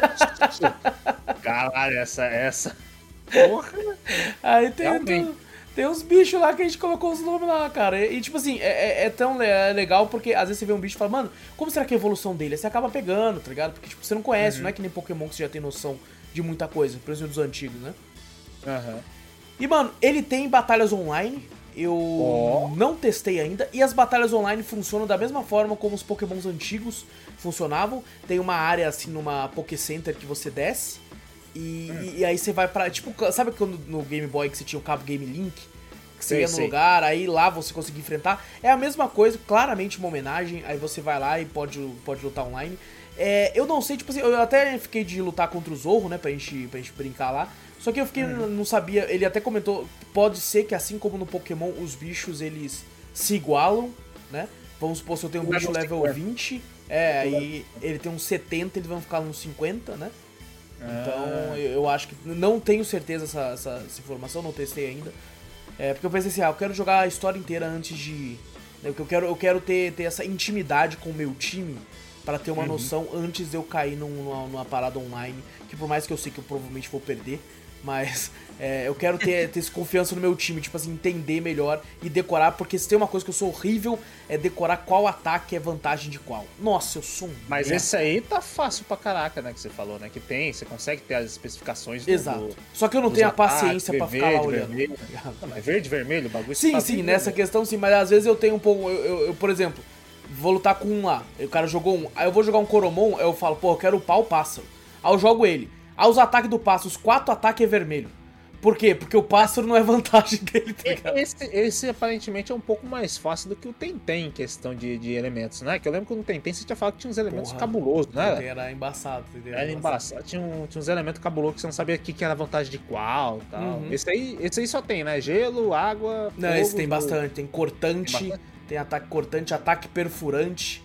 Caralho, essa. Porra. Aí tem uns bichos lá que a gente colocou os nomes lá, cara. E tipo assim, é tão legal porque às vezes você vê um bicho e fala, mano, como será que é a evolução dele? Aí você acaba pegando, tá ligado? Porque tipo, você não conhece, não é que nem Pokémon que você já tem noção de muita coisa, por exemplo, dos antigos, né? E, mano, ele tem batalhas online, eu não testei ainda, e as batalhas online funcionam da mesma forma como os Pokémons antigos funcionavam. Tem uma área, assim, numa Poké Center que você desce, e aí você vai pra... Tipo, sabe quando no Game Boy que você tinha o cabo Game Link? Que você ia no lugar, aí lá você conseguia enfrentar. É a mesma coisa, claramente uma homenagem, aí você vai lá e pode lutar online. Eu não sei, tipo assim, eu até fiquei de lutar contra o Zorro, né, pra gente brincar lá. Só que eu fiquei, não sabia, ele até comentou, pode ser que assim como no Pokémon, os bichos, eles se igualam, né? Vamos supor, se eu tenho um bicho level 20, aí ele tem uns 70, eles vão ficar uns 50, né? Então, eu acho que, não tenho certeza essa informação, não testei ainda. Porque eu pensei assim, eu quero jogar a história inteira antes de... Eu quero ter essa intimidade com o meu time, pra ter uma noção antes de eu cair numa parada online, que por mais que eu sei que eu provavelmente vou perder, mas eu quero ter essa confiança no meu time, tipo assim, entender melhor e decorar, porque se tem uma coisa que eu sou horrível, é decorar qual ataque é vantagem de qual. Nossa, eu sou um... Mas esse aí tá fácil pra caraca, né, que você falou, né, que você consegue ter as especificações Exato. Só que eu não tenho a paciência pra ficar lá olhando. Vermelho. Não, mas verde, vermelho, o bagulho... Sim, nessa questão sim, mas às vezes eu tenho um pouco... Eu, por exemplo, vou lutar com um lá, o cara jogou um, aí eu vou jogar um Coromon, aí eu falo, pô, eu quero upar o pássaro. Aí eu jogo ele. Aí os ataques do pássaro, os 4 ataques é vermelho. Por quê? Porque o pássaro não é vantagem dele, tá ligado? Esse aparentemente é um pouco mais fácil do que o Tentem em questão de elementos, né? Que eu lembro que no Tentem você tinha falado que tinha uns elementos cabulosos, né? Era embaçado, entendeu? Era embaçado. Tinha uns elementos cabulosos que você não sabia o que era vantagem de qual e tal. Esse aí só tem, né? Gelo, água, não, fogo, esse tem bastante. Tem cortante, tem ataque cortante, ataque perfurante,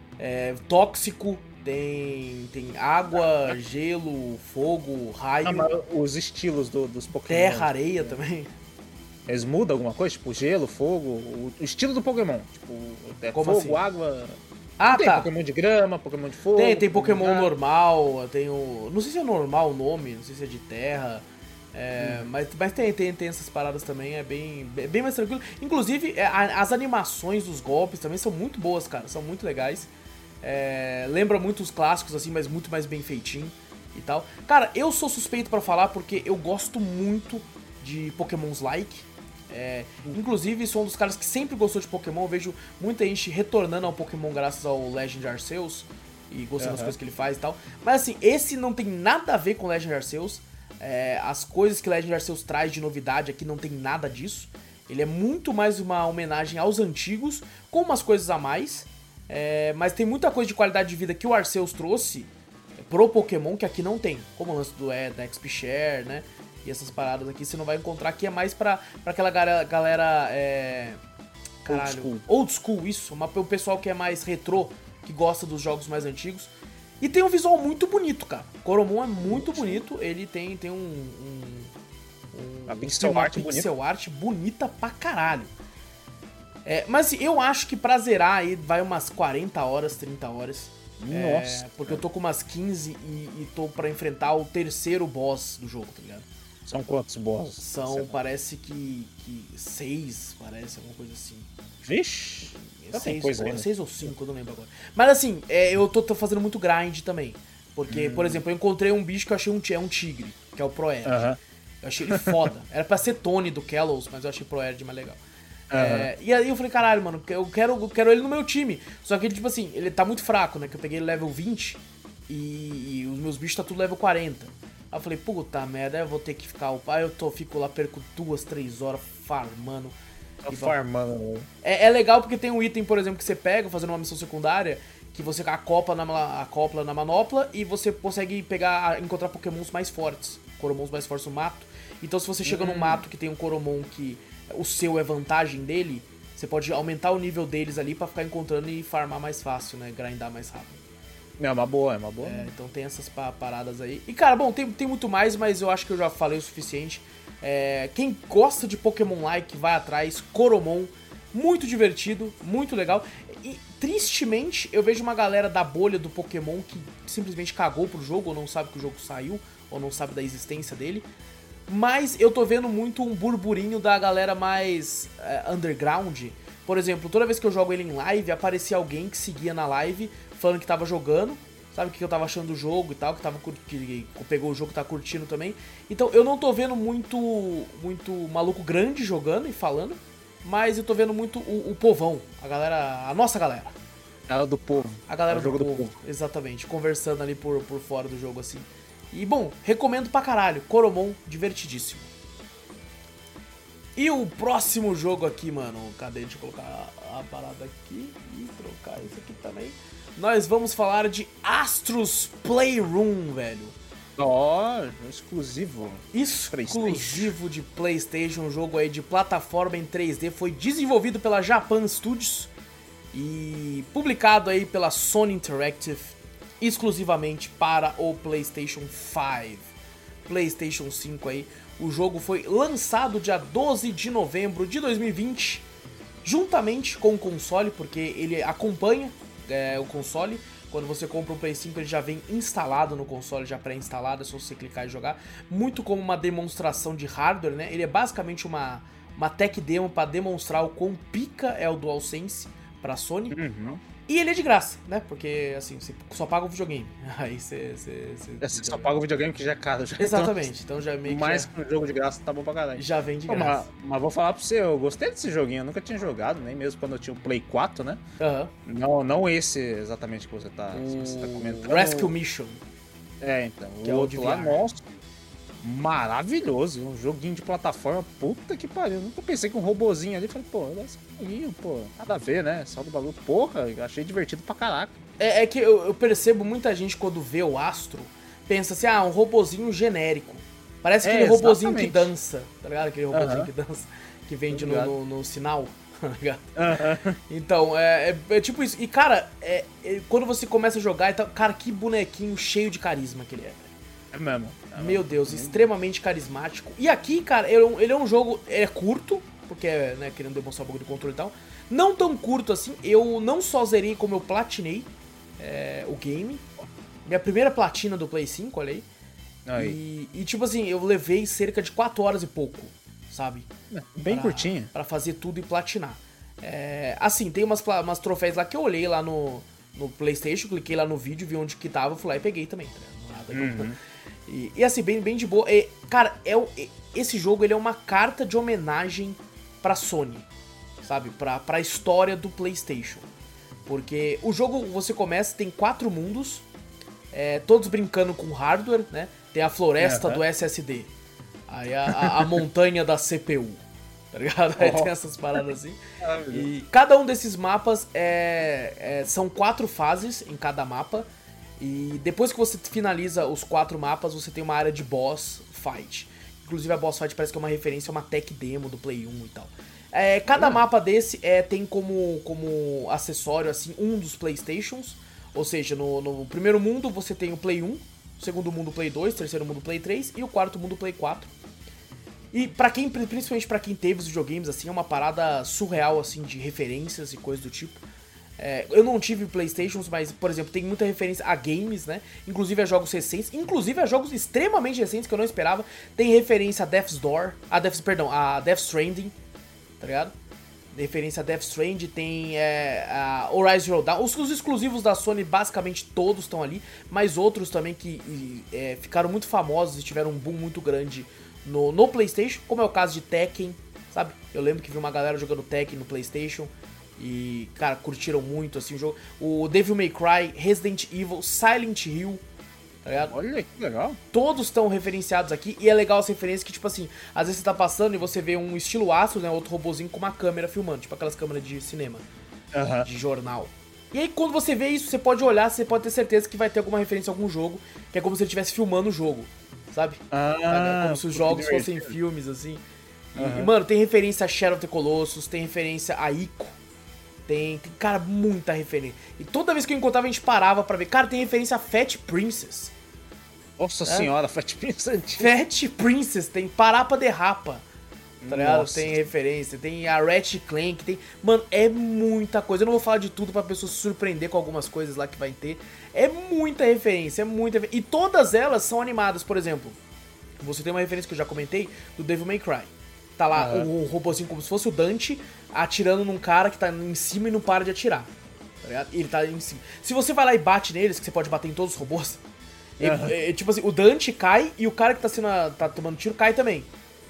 tóxico. Tem água, gelo, fogo, raio. Mas os estilos dos Pokémon. Terra, areia também. Eles mudam alguma coisa? Tipo, gelo, fogo? O estilo do Pokémon. Tipo, como fogo, assim? Água. Tem Pokémon de grama, Pokémon de fogo. Tem Pokémon normal, tem o... Não sei se é normal o nome, não sei se é de terra. Mas tem essas paradas também, é bem mais tranquilo. Inclusive, as animações dos golpes também são muito boas, cara. São muito legais. Lembra muito os clássicos, assim, mas muito mais bem feitinho e tal. Cara, eu sou suspeito pra falar porque eu gosto muito de Pokémons like. Inclusive, sou um dos caras que sempre gostou de Pokémon. Eu vejo muita gente retornando ao Pokémon graças ao Legend Arceus e gostando das coisas que ele faz e tal. Mas assim, esse não tem nada a ver com Legend Arceus. As coisas que Legend Arceus traz de novidade aqui não tem nada disso. Ele é muito mais uma homenagem aos antigos, com umas coisas a mais. Mas tem muita coisa de qualidade de vida que o Arceus trouxe pro Pokémon que aqui não tem. Como o lance da XP Share, né? E essas paradas aqui você não vai encontrar. Aqui é mais pra aquela galera caralho. Old School, isso. O pessoal que é mais retrô, que gosta dos jogos mais antigos. E tem um visual muito bonito, cara. Coromon é muito bonito. Ele tem uma pixel art bonita pra caralho. Mas eu acho que pra zerar aí vai umas 40 horas, 30 horas. Nossa. Porque eu tô com umas 15 e tô pra enfrentar o terceiro boss do jogo, tá ligado? São quantos bosses? Parece que 6, parece, alguma coisa assim. Vixe! 6 ou 5, eu não lembro agora. Mas assim, eu tô fazendo muito grind também. Porque, por exemplo, eu encontrei um bicho que eu achei um tigre, que é o Proerd. Eu achei ele foda. Era pra ser Tony do Kellos, mas eu achei Proerd mais legal. E aí eu falei, caralho, mano, eu quero ele no meu time. Só que ele, tipo assim, ele tá muito fraco, né? Que eu peguei ele level 20 e os meus bichos tá tudo level 40. Aí eu falei, puta merda, eu vou ter que ficar... Aí eu fico lá, perco 2, 3 horas farmando. É legal porque tem um item, por exemplo, que você pega fazendo uma missão secundária, que você acopla na manopla e você consegue encontrar pokémons mais fortes. Coromons mais fortes no mato. Então se você chega num mato que tem um Coromon que o seu é vantagem dele, você pode aumentar o nível deles ali pra ficar encontrando e farmar mais fácil, né? Grindar mais rápido. É uma boa. Então tem essas paradas aí. E cara, bom, tem muito mais, mas eu acho que eu já falei o suficiente. Quem gosta de Pokémon-like, vai atrás. Coromon, muito divertido, muito legal. E tristemente, eu vejo uma galera da bolha do Pokémon que simplesmente cagou pro jogo, ou não sabe que o jogo saiu, ou não sabe da existência dele. Mas eu tô vendo muito um burburinho da galera mais underground. Por exemplo, toda vez que eu jogo ele em live, aparecia alguém que seguia na live falando que tava jogando, sabe o que eu tava achando do jogo e tal, que pegou o jogo e tá curtindo também. Então eu não tô vendo muito maluco grande jogando e falando, mas eu tô vendo muito o povão, a nossa galera. A do povo. A galera do povo, exatamente, conversando ali por fora do jogo assim. E bom, recomendo pra caralho, Coromon, divertidíssimo. E o próximo jogo aqui, mano, cadê? Deixa eu colocar a parada aqui e trocar isso aqui também. Nós vamos falar de Astro's Playroom, velho. Exclusivo. Exclusivo de PlayStation, um jogo aí de plataforma em 3D. Foi desenvolvido pela Japan Studios e publicado aí pela Sony Interactive exclusivamente para o PlayStation 5. PlayStation 5 aí. O jogo foi lançado dia 12 de novembro de 2020, juntamente com o console, porque ele acompanha o console. Quando você compra um Play 5, ele já vem instalado no console, já pré-instalado, é só você clicar e jogar. Muito como uma demonstração de hardware, né? Ele é basicamente uma tech demo para demonstrar o quão pica é o DualSense pra Sony. E ele é de graça, né? Porque, assim, você só paga o videogame. Aí você só paga o videogame que já é caro. Já. Exatamente. Então já meio que... Mais que um jogo de graça tá bom pra caralho. Já vem de graça. Mas vou falar pra você, eu gostei desse joguinho. Eu nunca tinha jogado, nem mesmo quando eu tinha o Play 4, né? Não esse exatamente que você tá comentando. Rescue Mission. Então. O outro lá, nossa... Maravilhoso, um joguinho de plataforma, puta que pariu. Nunca pensei que um robozinho ali, falei, esse joguinho, nada a ver, né? Só do bagulho, eu achei divertido pra caraca. É que eu percebo muita gente quando vê o Astro, pensa assim, um robozinho genérico. Parece aquele robozinho que dança, tá ligado? Aquele robozinho que dança, que vende no sinal, tá ligado? Então, é tipo isso. E, cara, quando você começa a jogar, cara, que bonequinho cheio de carisma que ele é. É mesmo. Meu Deus, extremamente carismático. E aqui, cara, ele é um jogo curto, porque né, querendo demonstrar um pouco do controle e tal. Não tão curto assim, eu não só zerei como eu platinei o game. Minha primeira platina do Play 5, olha aí. E tipo assim, eu levei cerca de 4 horas e pouco, sabe? Bem curtinho. Pra fazer tudo e platinar. Assim, tem umas troféus lá que eu olhei lá no PlayStation, cliquei lá no vídeo, vi onde que tava, fui lá e peguei também, tá ligado? E assim, bem de boa. Cara, esse jogo ele é uma carta de homenagem pra Sony, sabe? Pra história do PlayStation. Porque o jogo, você começa, tem 4 mundos, todos brincando com hardware, né? Tem a floresta do SSD, aí a montanha da CPU, tá ligado? Aí tem essas paradas assim. E cada um desses mapas são 4 fases em cada mapa. E depois que você finaliza os 4 mapas, você tem uma área de boss fight. Inclusive a boss fight parece que é uma referência a uma tech demo do Play 1 e tal. Cada mapa desse tem como acessório, assim, um dos Playstations. Ou seja, no primeiro mundo você tem o Play 1, no segundo mundo o Play 2, terceiro mundo o Play 3 e o quarto mundo o Play 4. E principalmente pra quem teve os videogames, assim, é uma parada surreal, assim, de referências e coisas do tipo. Eu não tive Playstations, mas, por exemplo, tem muita referência a games, né? Inclusive a jogos recentes, inclusive a jogos extremamente recentes que eu não esperava. Tem referência a Death's Door, a Death Stranding, tá ligado? Referência a Death Stranding, tem a Horizon Zero Dawn. Os exclusivos da Sony, basicamente todos estão ali, mas outros também que ficaram muito famosos e tiveram um boom muito grande no PlayStation, como é o caso de Tekken, sabe? Eu lembro que vi uma galera jogando Tekken no PlayStation e, cara, curtiram muito, assim, o jogo. O Devil May Cry, Resident Evil, Silent Hill, tá ligado? Olha que legal. Todos estão referenciados aqui e é legal as referências que, tipo assim, às vezes você tá passando e você vê um estilo aço, né, outro robozinho com uma câmera filmando, tipo aquelas câmeras de cinema, de jornal. E aí quando você vê isso, você pode olhar, você pode ter certeza que vai ter alguma referência a algum jogo, que é como se ele estivesse filmando o jogo, sabe? Como se os jogos fossem filmes, assim. E, mano, tem referência a Shadow of the Colossus, tem referência a Ico, tem, cara, muita referência. E toda vez que eu encontrava, a gente parava pra ver. Cara, tem referência a Fat Princess. Nossa senhora, Fat Princess. Fat Princess, tem Parapa de Rapa, tá ligado? Tem referência, tem a Ratchet Clank, tem... Mano, é muita coisa. Eu não vou falar de tudo pra pessoa se surpreender com algumas coisas lá que vai ter. É muita referência, E todas elas são animadas, por exemplo. Você tem uma referência que eu já comentei, do Devil May Cry. Tá lá o robôzinho como se fosse o Dante atirando num cara que tá em cima e não para de atirar, tá ligado? Ele tá em cima. Se você vai lá e bate neles, que você pode bater em todos os robôs, tipo assim, o Dante cai e o cara que tá tomando tiro cai também.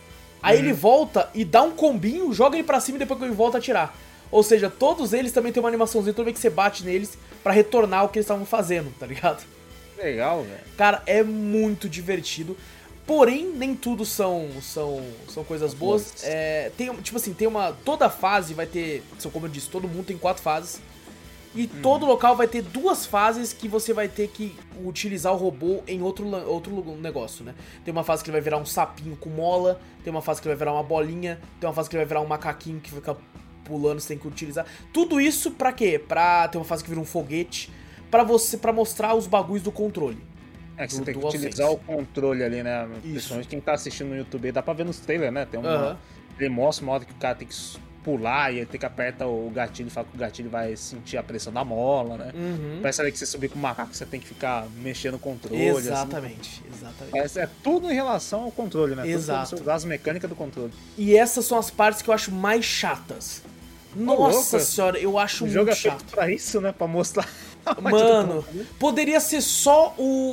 Aí ele volta e dá um combinho, joga ele pra cima e depois que ele volta a atirar. Ou seja, todos eles também tem uma animaçãozinha toda vez que você bate neles pra retornar o que eles estavam fazendo, tá ligado? Legal, velho. Cara, é muito divertido. Porém, nem tudo são coisas boas. Toda fase vai ter, como eu disse, todo mundo tem 4 fases. E todo local vai ter 2 fases que você vai ter que utilizar o robô em outro negócio, né? Tem uma fase que ele vai virar um sapinho com mola, tem uma fase que ele vai virar uma bolinha, tem uma fase que ele vai virar um macaquinho que fica pulando, você tem que utilizar. Tudo isso pra quê? Pra ter uma fase que vira um foguete, pra mostrar os bagulhos do controle. Que você tem que utilizar o controle ali, né? Principalmente quem tá assistindo no YouTube, dá pra ver nos trailers, né? Tem ele mostra uma hora que o cara tem que pular e ele tem que apertar o gatilho e fala que o gatilho vai sentir a pressão da mola, né? Parece ali que você subir com o macaco, você tem que ficar mexendo o controle. Exatamente. É tudo em relação ao controle, né? Exato. Tudo você usar as mecânicas do controle. E essas são as partes que eu acho mais chatas. Nossa senhora, eu acho muito chato. O jogo é feito pra isso, né? Pra mostrar... Mano, poderia ser só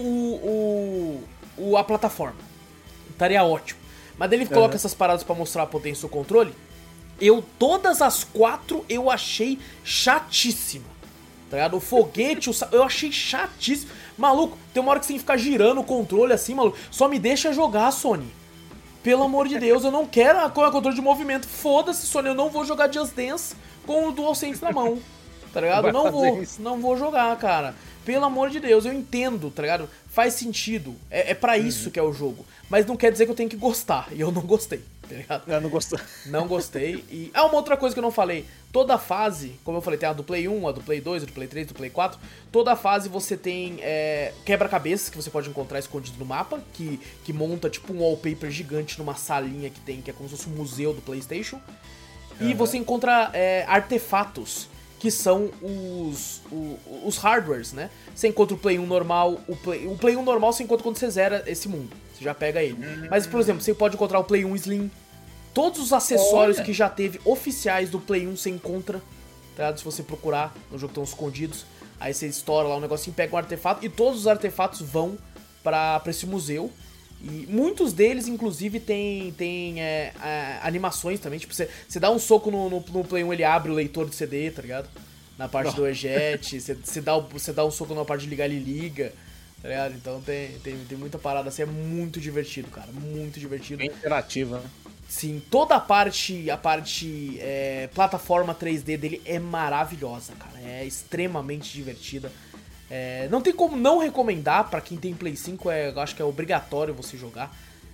a plataforma. Estaria ótimo. Mas ele coloca essas paradas pra mostrar a potência do controle. Todas as 4 eu achei chatíssima. Tá ligado? O foguete, eu achei chatíssimo. Maluco, tem uma hora que você tem que ficar girando o controle assim, maluco. Só me deixa jogar, Sony. Pelo amor de Deus, eu não quero controle de movimento. Foda-se, Sony, eu não vou jogar Just Dance com o DualSense na mão. Tá ligado? Não vou jogar, cara. Pelo amor de Deus, eu entendo, tá ligado? Faz sentido. É pra isso que é o jogo. Mas não quer dizer que eu tenho que gostar. E eu não gostei, tá ligado? Eu não gostei. Não gostei. E uma outra coisa que eu não falei. Toda fase, como eu falei, tem a do Play 1, a do Play 2, a do Play 3, a do Play 4. Toda fase você tem quebra-cabeças que você pode encontrar escondido no mapa. Que monta tipo um wallpaper gigante numa salinha que é como se fosse um museu do PlayStation. E você encontra artefatos que são os hardwares, né? Você encontra o Play 1 normal, o Play 1 normal você encontra quando você zera esse mundo, você já pega ele. Mas, por exemplo, você pode encontrar o Play 1 Slim, todos os acessórios que já teve oficiais do Play 1 você encontra, tá? Se você procurar, no jogo estão escondidos, aí você estoura lá um negocinho, pega um artefato, e todos os artefatos vão pra esse museu. E muitos deles, inclusive, tem animações também. Tipo, você dá um soco no Play 1, ele abre o leitor de CD, tá ligado? Na parte do eject. Você dá um soco na parte de ligar, ele liga, tá ligado? Então tem muita parada assim. É muito divertido, cara. Muito divertido. Bem interativa, né? Sim, toda a parte plataforma 3D dele é maravilhosa, cara. É extremamente divertida. Não tem como não recomendar pra quem tem Play 5, eu acho que é obrigatório você jogar.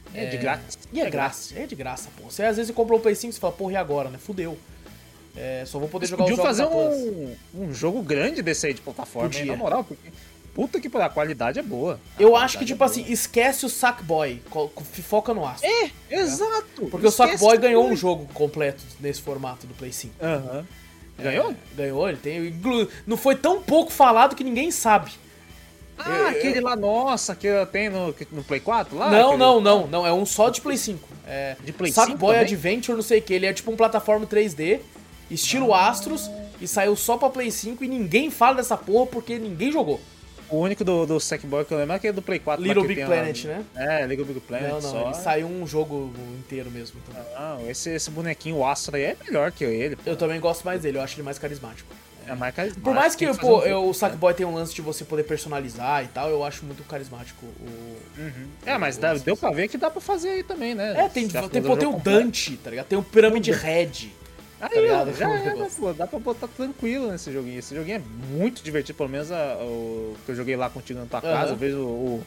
É de grátis. E é de graça, pô. Você às vezes comprou o Play 5 e fala, porra, e agora, né? Fudeu. Só vou poder jogar os jogos fazer na Plus. um jogo grande desse aí de plataforma, hein, na moral, porque puta que pariu, a qualidade é boa. Eu acho que, tipo assim, esquece o Sackboy, foca no Astro. Exato. Porque o Sackboy ganhou um jogo completo nesse formato do Play 5. Ganhou? Ganhou, ele tem. Não foi tão pouco falado que ninguém sabe. Aquele lá, nossa, que tem no Play 4 lá? Não, é um só de Play 5. De Play 5 Sackboy também? Adventure, não sei o que, ele é tipo um plataforma 3D, estilo Astros, e saiu só pra Play 5 e ninguém fala dessa porra porque ninguém jogou. O único do Sackboy que eu lembro é aquele do Play 4. Little Big Planet, né? Little Big Planet. Não, só. ele saiu um jogo inteiro mesmo. Então. Não, esse bonequinho, o Astro aí é melhor que ele. Pô. Eu também gosto mais dele, eu acho ele mais carismático. É mais carismático. Por mais que o Sackboy tenha um lance de você poder personalizar e tal, eu acho muito carismático mas deu pra ver que dá pra fazer aí também, né? Tem o Dante, tá ligado? Tem o Pirâmide Red. Aí, tá ligado? Pô, dá pra botar tranquilo nesse joguinho. Esse joguinho é muito divertido, pelo menos o que eu joguei lá contigo na tua casa. Eu vejo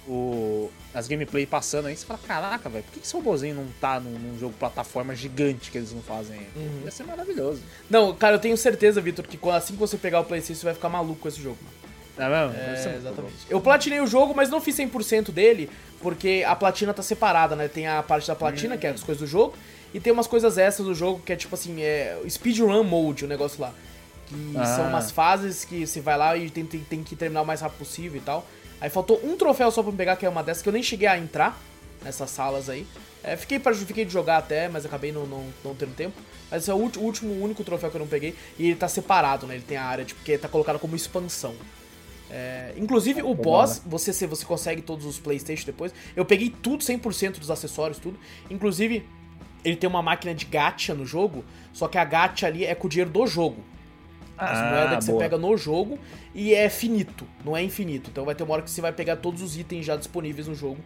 as gameplay passando aí, você fala, caraca, velho, por que esse robôzinho não tá num jogo plataforma gigante que eles não fazem? Ia ser maravilhoso. Não, cara, eu tenho certeza, Vitor, que assim que você pegar o PlayStation, você vai ficar maluco com esse jogo, mano. É mesmo? Exatamente. Eu platinei o jogo, mas não fiz 100% dele, porque a platina tá separada, né? Tem a parte da platina, que é as coisas do jogo, e tem umas coisas extras do jogo, que é tipo assim, speedrun mode, o negócio lá. Que são umas fases que você vai lá e tem que terminar o mais rápido possível e tal. Aí faltou um troféu só pra me pegar, que é uma dessas, que eu nem cheguei a entrar nessas salas aí. Fiquei de jogar até, mas acabei não tendo tempo. Mas esse é o único troféu que eu não peguei. E ele tá separado, né? Ele tem a área, tipo, que tá colocado como expansão. Inclusive, o boss, você consegue todos os PlayStation depois. Eu peguei tudo, 100% dos acessórios, tudo. Inclusive, ele tem uma máquina de gacha no jogo, só que a gacha ali é com o dinheiro do jogo. As moedas que você pega no jogo e é finito, não é infinito. Então vai ter uma hora que você vai pegar todos os itens já disponíveis no jogo.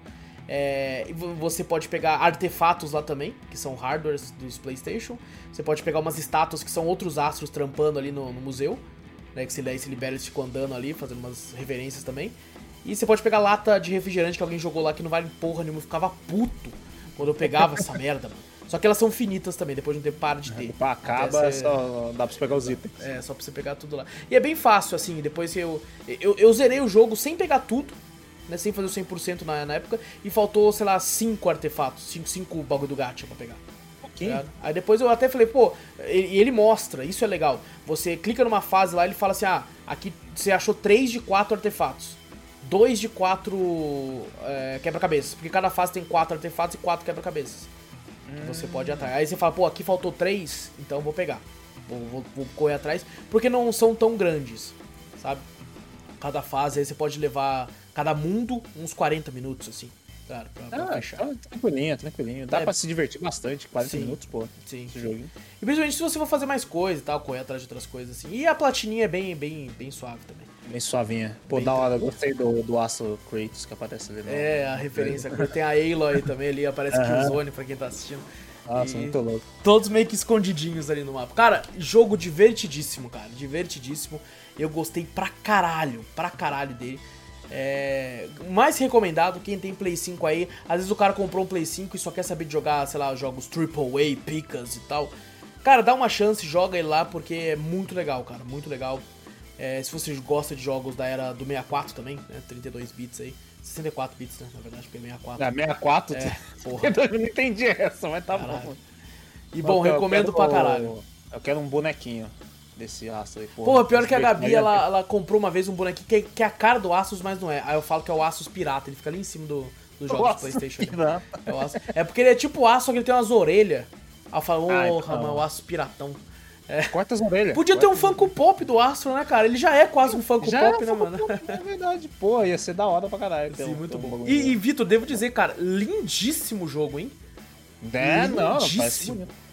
E você pode pegar artefatos lá também, que são hardwares dos PlayStation. Você pode pegar umas estátuas que são outros astros trampando ali no museu, né? Que se libera, eles ficam andando ali, fazendo umas reverências também. E você pode pegar lata de refrigerante que alguém jogou lá que não vale porra nenhuma. Eu ficava puto quando eu pegava essa merda, mano. Só que elas são finitas também, depois de um tempo para de ter. Acaba, só dá pra você pegar os itens. Só pra você pegar tudo lá. E é bem fácil, assim, depois eu zerei o jogo sem pegar tudo, né, sem fazer o 100% na época, e faltou, sei lá, 5 artefatos, 5 bagulho do gacha pra pegar. Tá? Aí depois eu até falei, pô, e ele mostra, isso é legal. Você clica numa fase lá, ele fala assim, aqui você achou 3 de 4 artefatos. 2 de 4 quebra-cabeças, porque cada fase tem 4 artefatos e 4 quebra-cabeças. Que você pode ir atrás. Aí você fala, pô, aqui faltou 3, então eu vou pegar. Vou correr atrás, porque não são tão grandes, sabe? Cada fase aí você pode levar, cada mundo, uns 40 minutos, assim. Claro, pra fechar. Tranquilinho. Dá pra se divertir bastante, 40 minutos, pô. Sim. Esse joguinho. E principalmente se você for fazer mais coisa e tal, correr atrás de outras coisas, assim. E a platininha é bem suave também. Bem suavinha. Pô, da hora, gostei do Astro Kratos que aparece ali. A referência. Tem a Aloy também ali, aparece Killzone pra quem tá assistindo. Nossa, muito louco. Todos meio que escondidinhos ali no mapa. Cara, jogo divertidíssimo, cara. Divertidíssimo. Eu gostei pra caralho dele. Mais recomendado, quem tem Play 5 aí. Às vezes o cara comprou um Play 5 e só quer saber de jogar, sei lá, jogos AAA, picas e tal. Cara, dá uma chance, joga ele lá, porque é muito legal, cara. Muito legal. Se você gosta de jogos da era do 64 também, né? 32 bits aí. 64 bits, né? Na verdade, porque é 64. 64? Porra. Eu não entendi essa, mas tá bom. E bom, recomendo pra caralho. Eu quero um bonequinho desse Astro aí, porra. Porra, pior que a Gabi, ela comprou uma vez um bonequinho que é a cara do Asus, mas não é. Aí eu falo que é o Asus pirata, ele fica ali em cima dos jogos do PlayStation. É porque ele é tipo o Asus, só que ele tem umas orelhas. Aí eu falo, mano, o Asus piratão. Corta as orelhas. Podia ter um Funko Pop do Astro, né, cara? Ele já é quase um Funko Pop, né, mano? É verdade, pô, ia ser da hora pra caralho. Sim, muito bom. E Vitor, devo dizer, cara, lindíssimo jogo, hein? Não, parece bonito.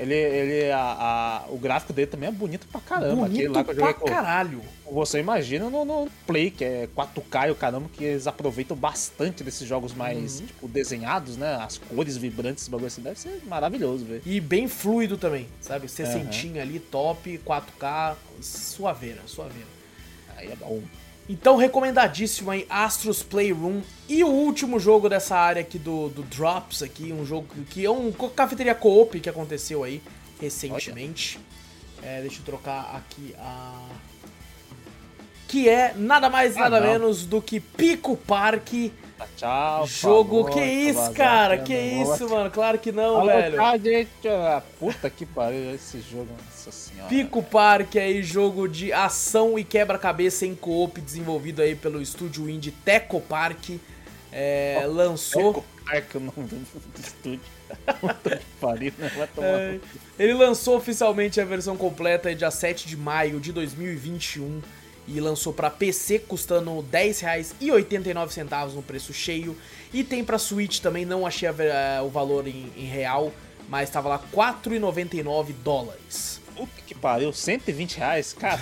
O gráfico dele também é bonito pra caramba. Bonito lá que eu joguei pra caralho. Você imagina no Play, que é 4K e o caramba, que eles aproveitam bastante desses jogos mais, tipo, desenhados, né? As cores vibrantes, esse bagulho assim, deve ser maravilhoso, velho. E bem fluido também, sabe? 60 ali, top, 4K, suaveira. Aí é bom. Então, recomendadíssimo aí, Astro's Playroom. E o último jogo dessa área aqui do Drops aqui, um jogo que é um cafeteria co-op que aconteceu aí recentemente. Deixa eu trocar aqui a... Que é nada mais, nada menos do que Pico Parque. Tchau, jogo, favor, que isso, cara? Que isso, mano? Claro que não, velho. Gente, puta que pariu esse jogo, nossa senhora. Pico Parque aí, jogo de ação e quebra-cabeça em co-op, desenvolvido aí pelo estúdio indie Teco Park. Lançou... Teco Park, o nome do estúdio. Puta que pariu, né? Vai tomar... Ele lançou oficialmente a versão completa aí dia 7 de maio de 2021. E lançou pra PC custando R$10,89 no preço cheio. E tem pra Switch também, não achei o valor em real, mas tava lá $4,99. Puta que pariu, R$120, cara.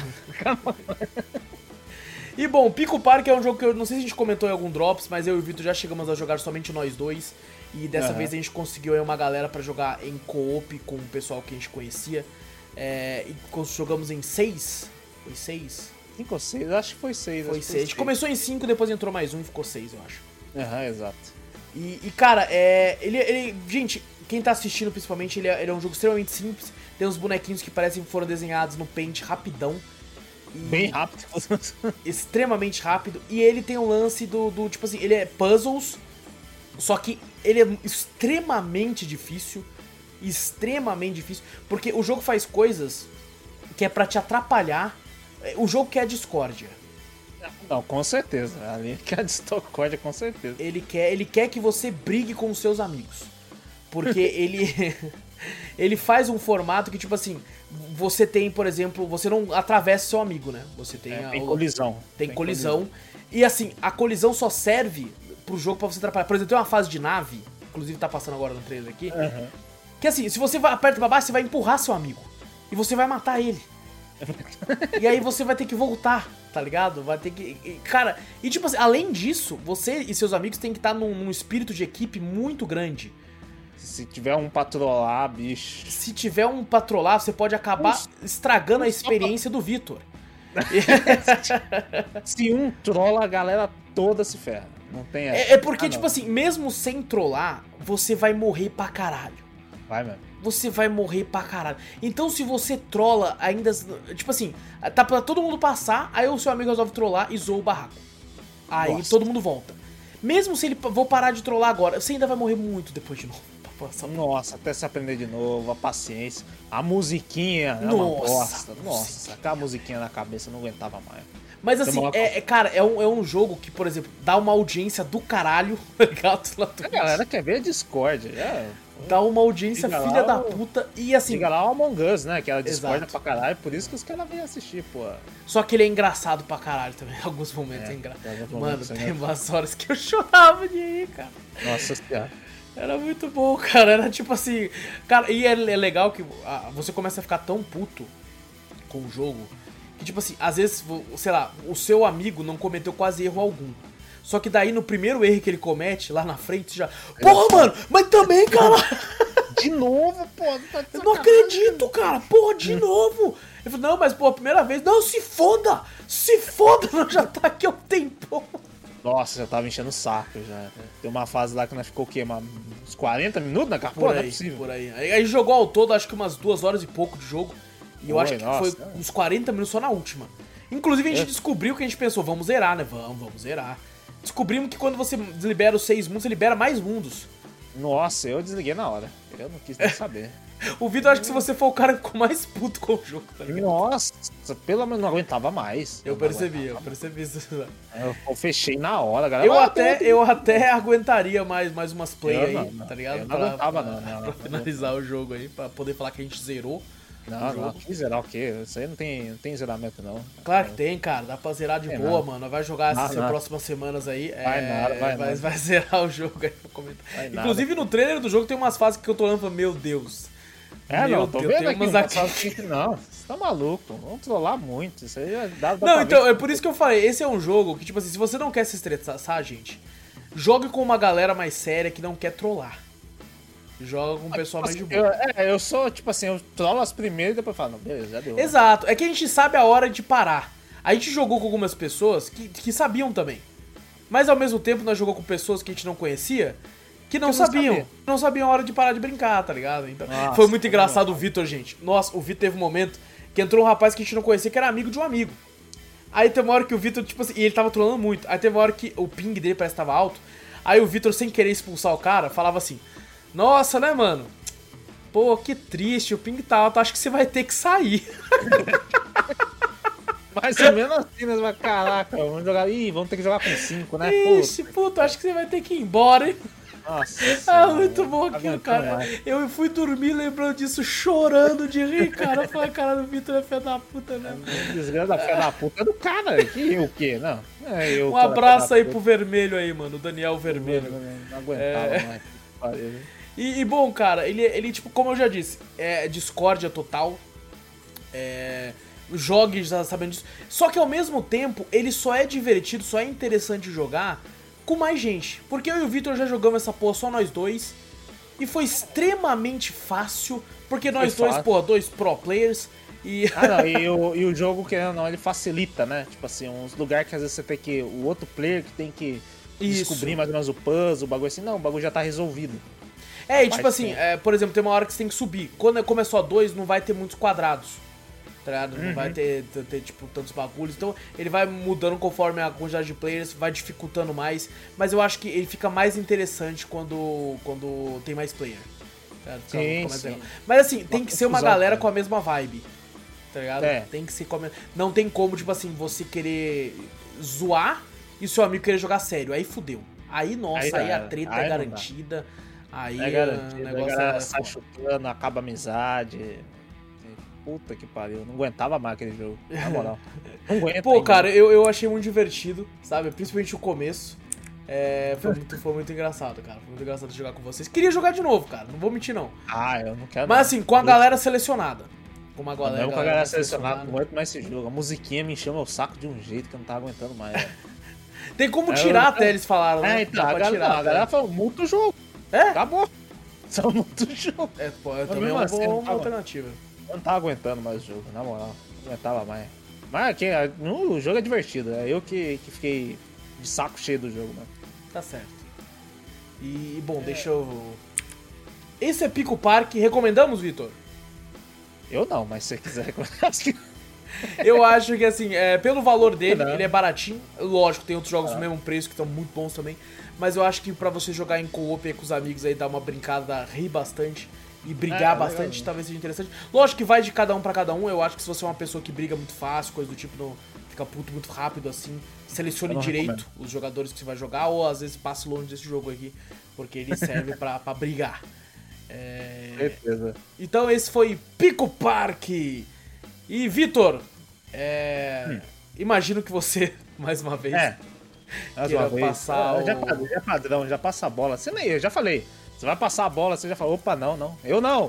E bom, Pico Park é um jogo que eu não sei se a gente comentou em algum Drops, mas eu e o Vitor já chegamos a jogar somente nós dois. E dessa vez a gente conseguiu aí uma galera pra jogar em co-op com o pessoal que a gente conhecia. E jogamos em 6. Foi 6? 5 ou 6, acho que foi 6. Foi 6. A gente começou em 5, depois entrou mais um e ficou 6, eu acho. Exato. E cara, ele. Gente, quem tá assistindo principalmente, ele é um jogo extremamente simples. Tem uns bonequinhos que parecem que foram desenhados no Paint rapidão. Bem rápido. Extremamente rápido. E ele tem um lance do tipo assim, ele é puzzles, só que ele é extremamente difícil. Extremamente difícil. Porque o jogo faz coisas que é pra te atrapalhar. O jogo quer a discórdia. Não, com certeza. Ali quer a discórdia, com certeza. Ele quer que você brigue com os seus amigos. Porque ele faz um formato que, tipo assim, você tem, por exemplo, você não atravessa seu amigo, né? Você tem tem colisão. Tem colisão. E assim, a colisão só serve pro jogo pra você atrapalhar. Por exemplo, tem uma fase de nave, inclusive tá passando agora no trailer aqui, que assim, se você aperta pra baixo, você vai empurrar seu amigo. E você vai matar ele. E aí você vai ter que voltar, tá ligado? Vai ter que... Cara, e tipo assim, além disso, você e seus amigos têm que estar num espírito de equipe muito grande. Se tiver um patrolar, bicho... Se tiver um patrolar, você pode acabar estragando a experiência do Vitor. Se um trola, a galera toda se ferra. Não tem essa. É porque, tipo assim, mesmo sem trollar, você vai morrer pra caralho. Vai mesmo. Você vai morrer pra caralho. Então se você trola ainda... Tipo assim, tá pra todo mundo passar, aí o seu amigo resolve trollar e zoa o barraco. Aí todo mundo volta. Mesmo se ele... Vou parar de trollar agora, você ainda vai morrer muito depois de novo. Nossa, até se aprender de novo, a paciência. A musiquinha é uma bosta. Nossa, aquela musiquinha na cabeça eu não aguentava mais. Mas assim, cara, é um jogo que, por exemplo, dá uma audiência do caralho, tá ligado? A galera quer ver a Discord. Dá uma audiência filha da puta e assim... Diga lá o Among Us, né? Que ela discorda pra caralho, por isso que os caras vêm assistir, pô. Só que ele é engraçado pra caralho também, em alguns momentos é engraçado. Mano, tem umas horas que eu chorava de rir, cara. Nossa senhora. Era muito bom, cara, era tipo assim... Cara, e é legal que você começa a ficar tão puto com o jogo, que tipo assim, às vezes, sei lá, o seu amigo não cometeu quase erro algum. Só que daí, no primeiro erro que ele comete, lá na frente, você já... Porra, mano, mas também, cara... De novo, pô. Eu não acredito, cara. Porra, de novo. Ele falou, não, mas, pô, a primeira vez... Não, se foda. Se foda, nós já tá aqui há um tempo. Nossa, já tava enchendo o saco já. Tem uma fase lá que nós ficou o quê? Uns 40 minutos na capô? Não é possível. Por aí. Aí jogou ao todo, acho que umas 2 horas e pouco de jogo. E eu acho que foi uns 40 minutos só na última. Inclusive, a gente descobriu que a gente pensou, vamos zerar, né? Vamos zerar. Descobrimos que quando você libera os 6 mundos, você libera mais mundos. Nossa, eu desliguei na hora. Eu não quis nem saber. O Vitor, acho que se você for o cara que ficou mais puto com o jogo, tá ligado? Nossa, pelo menos não aguentava mais. Eu percebi isso. Eu fechei na hora, galera. Eu até aguentaria mais umas play aí, tá ligado? Eu não aguentava, não. Pra finalizar o jogo aí, pra poder falar que a gente zerou. Não, que zerar o quê? Isso aí não tem zeramento, não. Claro que tem, cara. Dá pra zerar de boa, mano. Vai jogar essas próximas semanas aí. Vai zerar o jogo aí pra comentar. Inclusive no trailer do jogo tem umas fases que eu tô olhando e falo, meu Deus. Tô vendo aqui umas fases que não. Você tá maluco. Vamos trollar muito. Isso aí dá não, então, é por isso que eu falei. Esse é um jogo que, tipo assim, se você não quer se estressar, gente, jogue com uma galera mais séria que não quer trollar. Joga com o pessoal mais de boa. Eu sou, tipo assim, eu trolo as primeiras e depois falo, não, beleza, já deu. Exato, é que a gente sabe a hora de parar. A gente jogou com algumas pessoas que sabiam também. Mas ao mesmo tempo nós jogamos com pessoas que a gente não conhecia, que não sabiam. Não sabiam a hora de parar de brincar, tá ligado? Então, foi muito engraçado o Vitor, gente. Nossa, o Vitor teve um momento que entrou um rapaz que a gente não conhecia, que era amigo de um amigo. Aí teve uma hora que o Vitor, tipo assim, e ele tava trolando muito. Aí teve uma hora que o ping dele parece que tava alto. Aí o Vitor, sem querer expulsar o cara, falava assim: nossa, né, mano? Pô, que triste, o ping tá alto, acho que você vai ter que sair. Mais ou menos assim, né? Mas caraca, vamos jogar. Ih, vamos ter que jogar com 5, né? Ixi, puta, acho que você vai ter que ir embora, hein? Nossa. Muito bom aquilo, cara. Eu fui dormir lembrando disso, chorando de rir, cara. Eu falei, cara, o Vitor é filho da puta, né? Desgraça da filha da puta do cara. Que o quê? Não. Um abraço aí pro Vermelho aí, mano. O Daniel Vermelho. Não aguentava mais. E bom, cara, ele, tipo, como eu já disse, é discórdia total. Jogue já sabendo disso. Só que ao mesmo tempo, ele só é divertido, só é interessante jogar com mais gente. Porque eu e o Vitor já jogamos essa porra só nós dois. E foi extremamente fácil. Porque nós dois, pô, dois pro players. E... e o jogo, querendo ou não, ele facilita, né? Tipo assim, uns lugares que às vezes você tem que... O outro player que tem que descobrir mais ou menos o puzzle, o bagulho assim. Não, o bagulho já tá resolvido. E tipo assim, por exemplo, tem uma hora que você tem que subir. Quando começou a 2, não vai ter muitos quadrados. Tá ligado? Não vai ter, tipo, tantos bagulhos. Então, ele vai mudando conforme a quantidade de players, vai dificultando mais. Mas eu acho que ele fica mais interessante quando tem mais player. Tá ligado? Sim. Mas assim, tem que ser uma galera com a mesma vibe. Tá ligado? Tem que ser Não tem como, tipo assim, você querer zoar e seu amigo querer jogar sério. Aí fudeu. Aí, nossa, aí a treta é garantida. Aí o negócio sai chutando, acaba a amizade. Puta que pariu, eu não aguentava mais aquele jogo, na moral. Não aguenta. Pô, cara, eu achei muito divertido, sabe? Principalmente o começo. Foi muito engraçado, cara. Foi muito engraçado jogar com vocês. Queria jogar de novo, cara, não vou mentir, não. Eu não quero. Mas assim, com a galera selecionada. Com a galera selecionada, não aguento mais esse jogo. A musiquinha me encheu meu saco de um jeito que eu não tava aguentando mais. Tem como tirar até, eles falaram, né? Então, a galera falou, muda o jogo. Acabou. Só muda o jogo. Também é uma alternativa. Eu não tava aguentando mais o jogo, na moral. Não aguentava mais. Mas aqui, o jogo é divertido. É eu que fiquei de saco cheio do jogo, mano. Tá certo. E, bom, deixa eu... Esse é Pico Park. Recomendamos, Vitor? Eu não, mas se você quiser recomendar... Eu acho que, assim, pelo valor dele, ele é baratinho. Lógico, tem outros jogos do mesmo preço que estão muito bons também. Mas eu acho que pra você jogar em co-op aí com os amigos aí, dar uma brincada, rir bastante... E brigar bastante, legal. Talvez seja interessante. Lógico que vai de cada um pra cada um. Eu acho que se você é uma pessoa que briga muito fácil, coisa do tipo, não fica puto muito rápido assim, selecione direito os jogadores que você vai jogar, ou às vezes passe longe desse jogo aqui, porque ele serve pra brigar. Certeza. Então esse foi Pico Park. E Vitor, imagino que você, mais uma vez, queira passar já padrão, já passa a bola. Eu já falei. Você vai passar a bola, você já falou, opa, não. Eu não.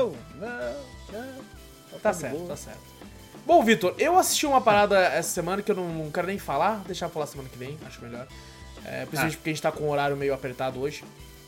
Tá certo. Bom, Vitor, eu assisti uma parada essa semana que eu não quero nem falar, deixar pra falar semana que vem, acho melhor. Principalmente porque a gente tá com o horário meio apertado hoje.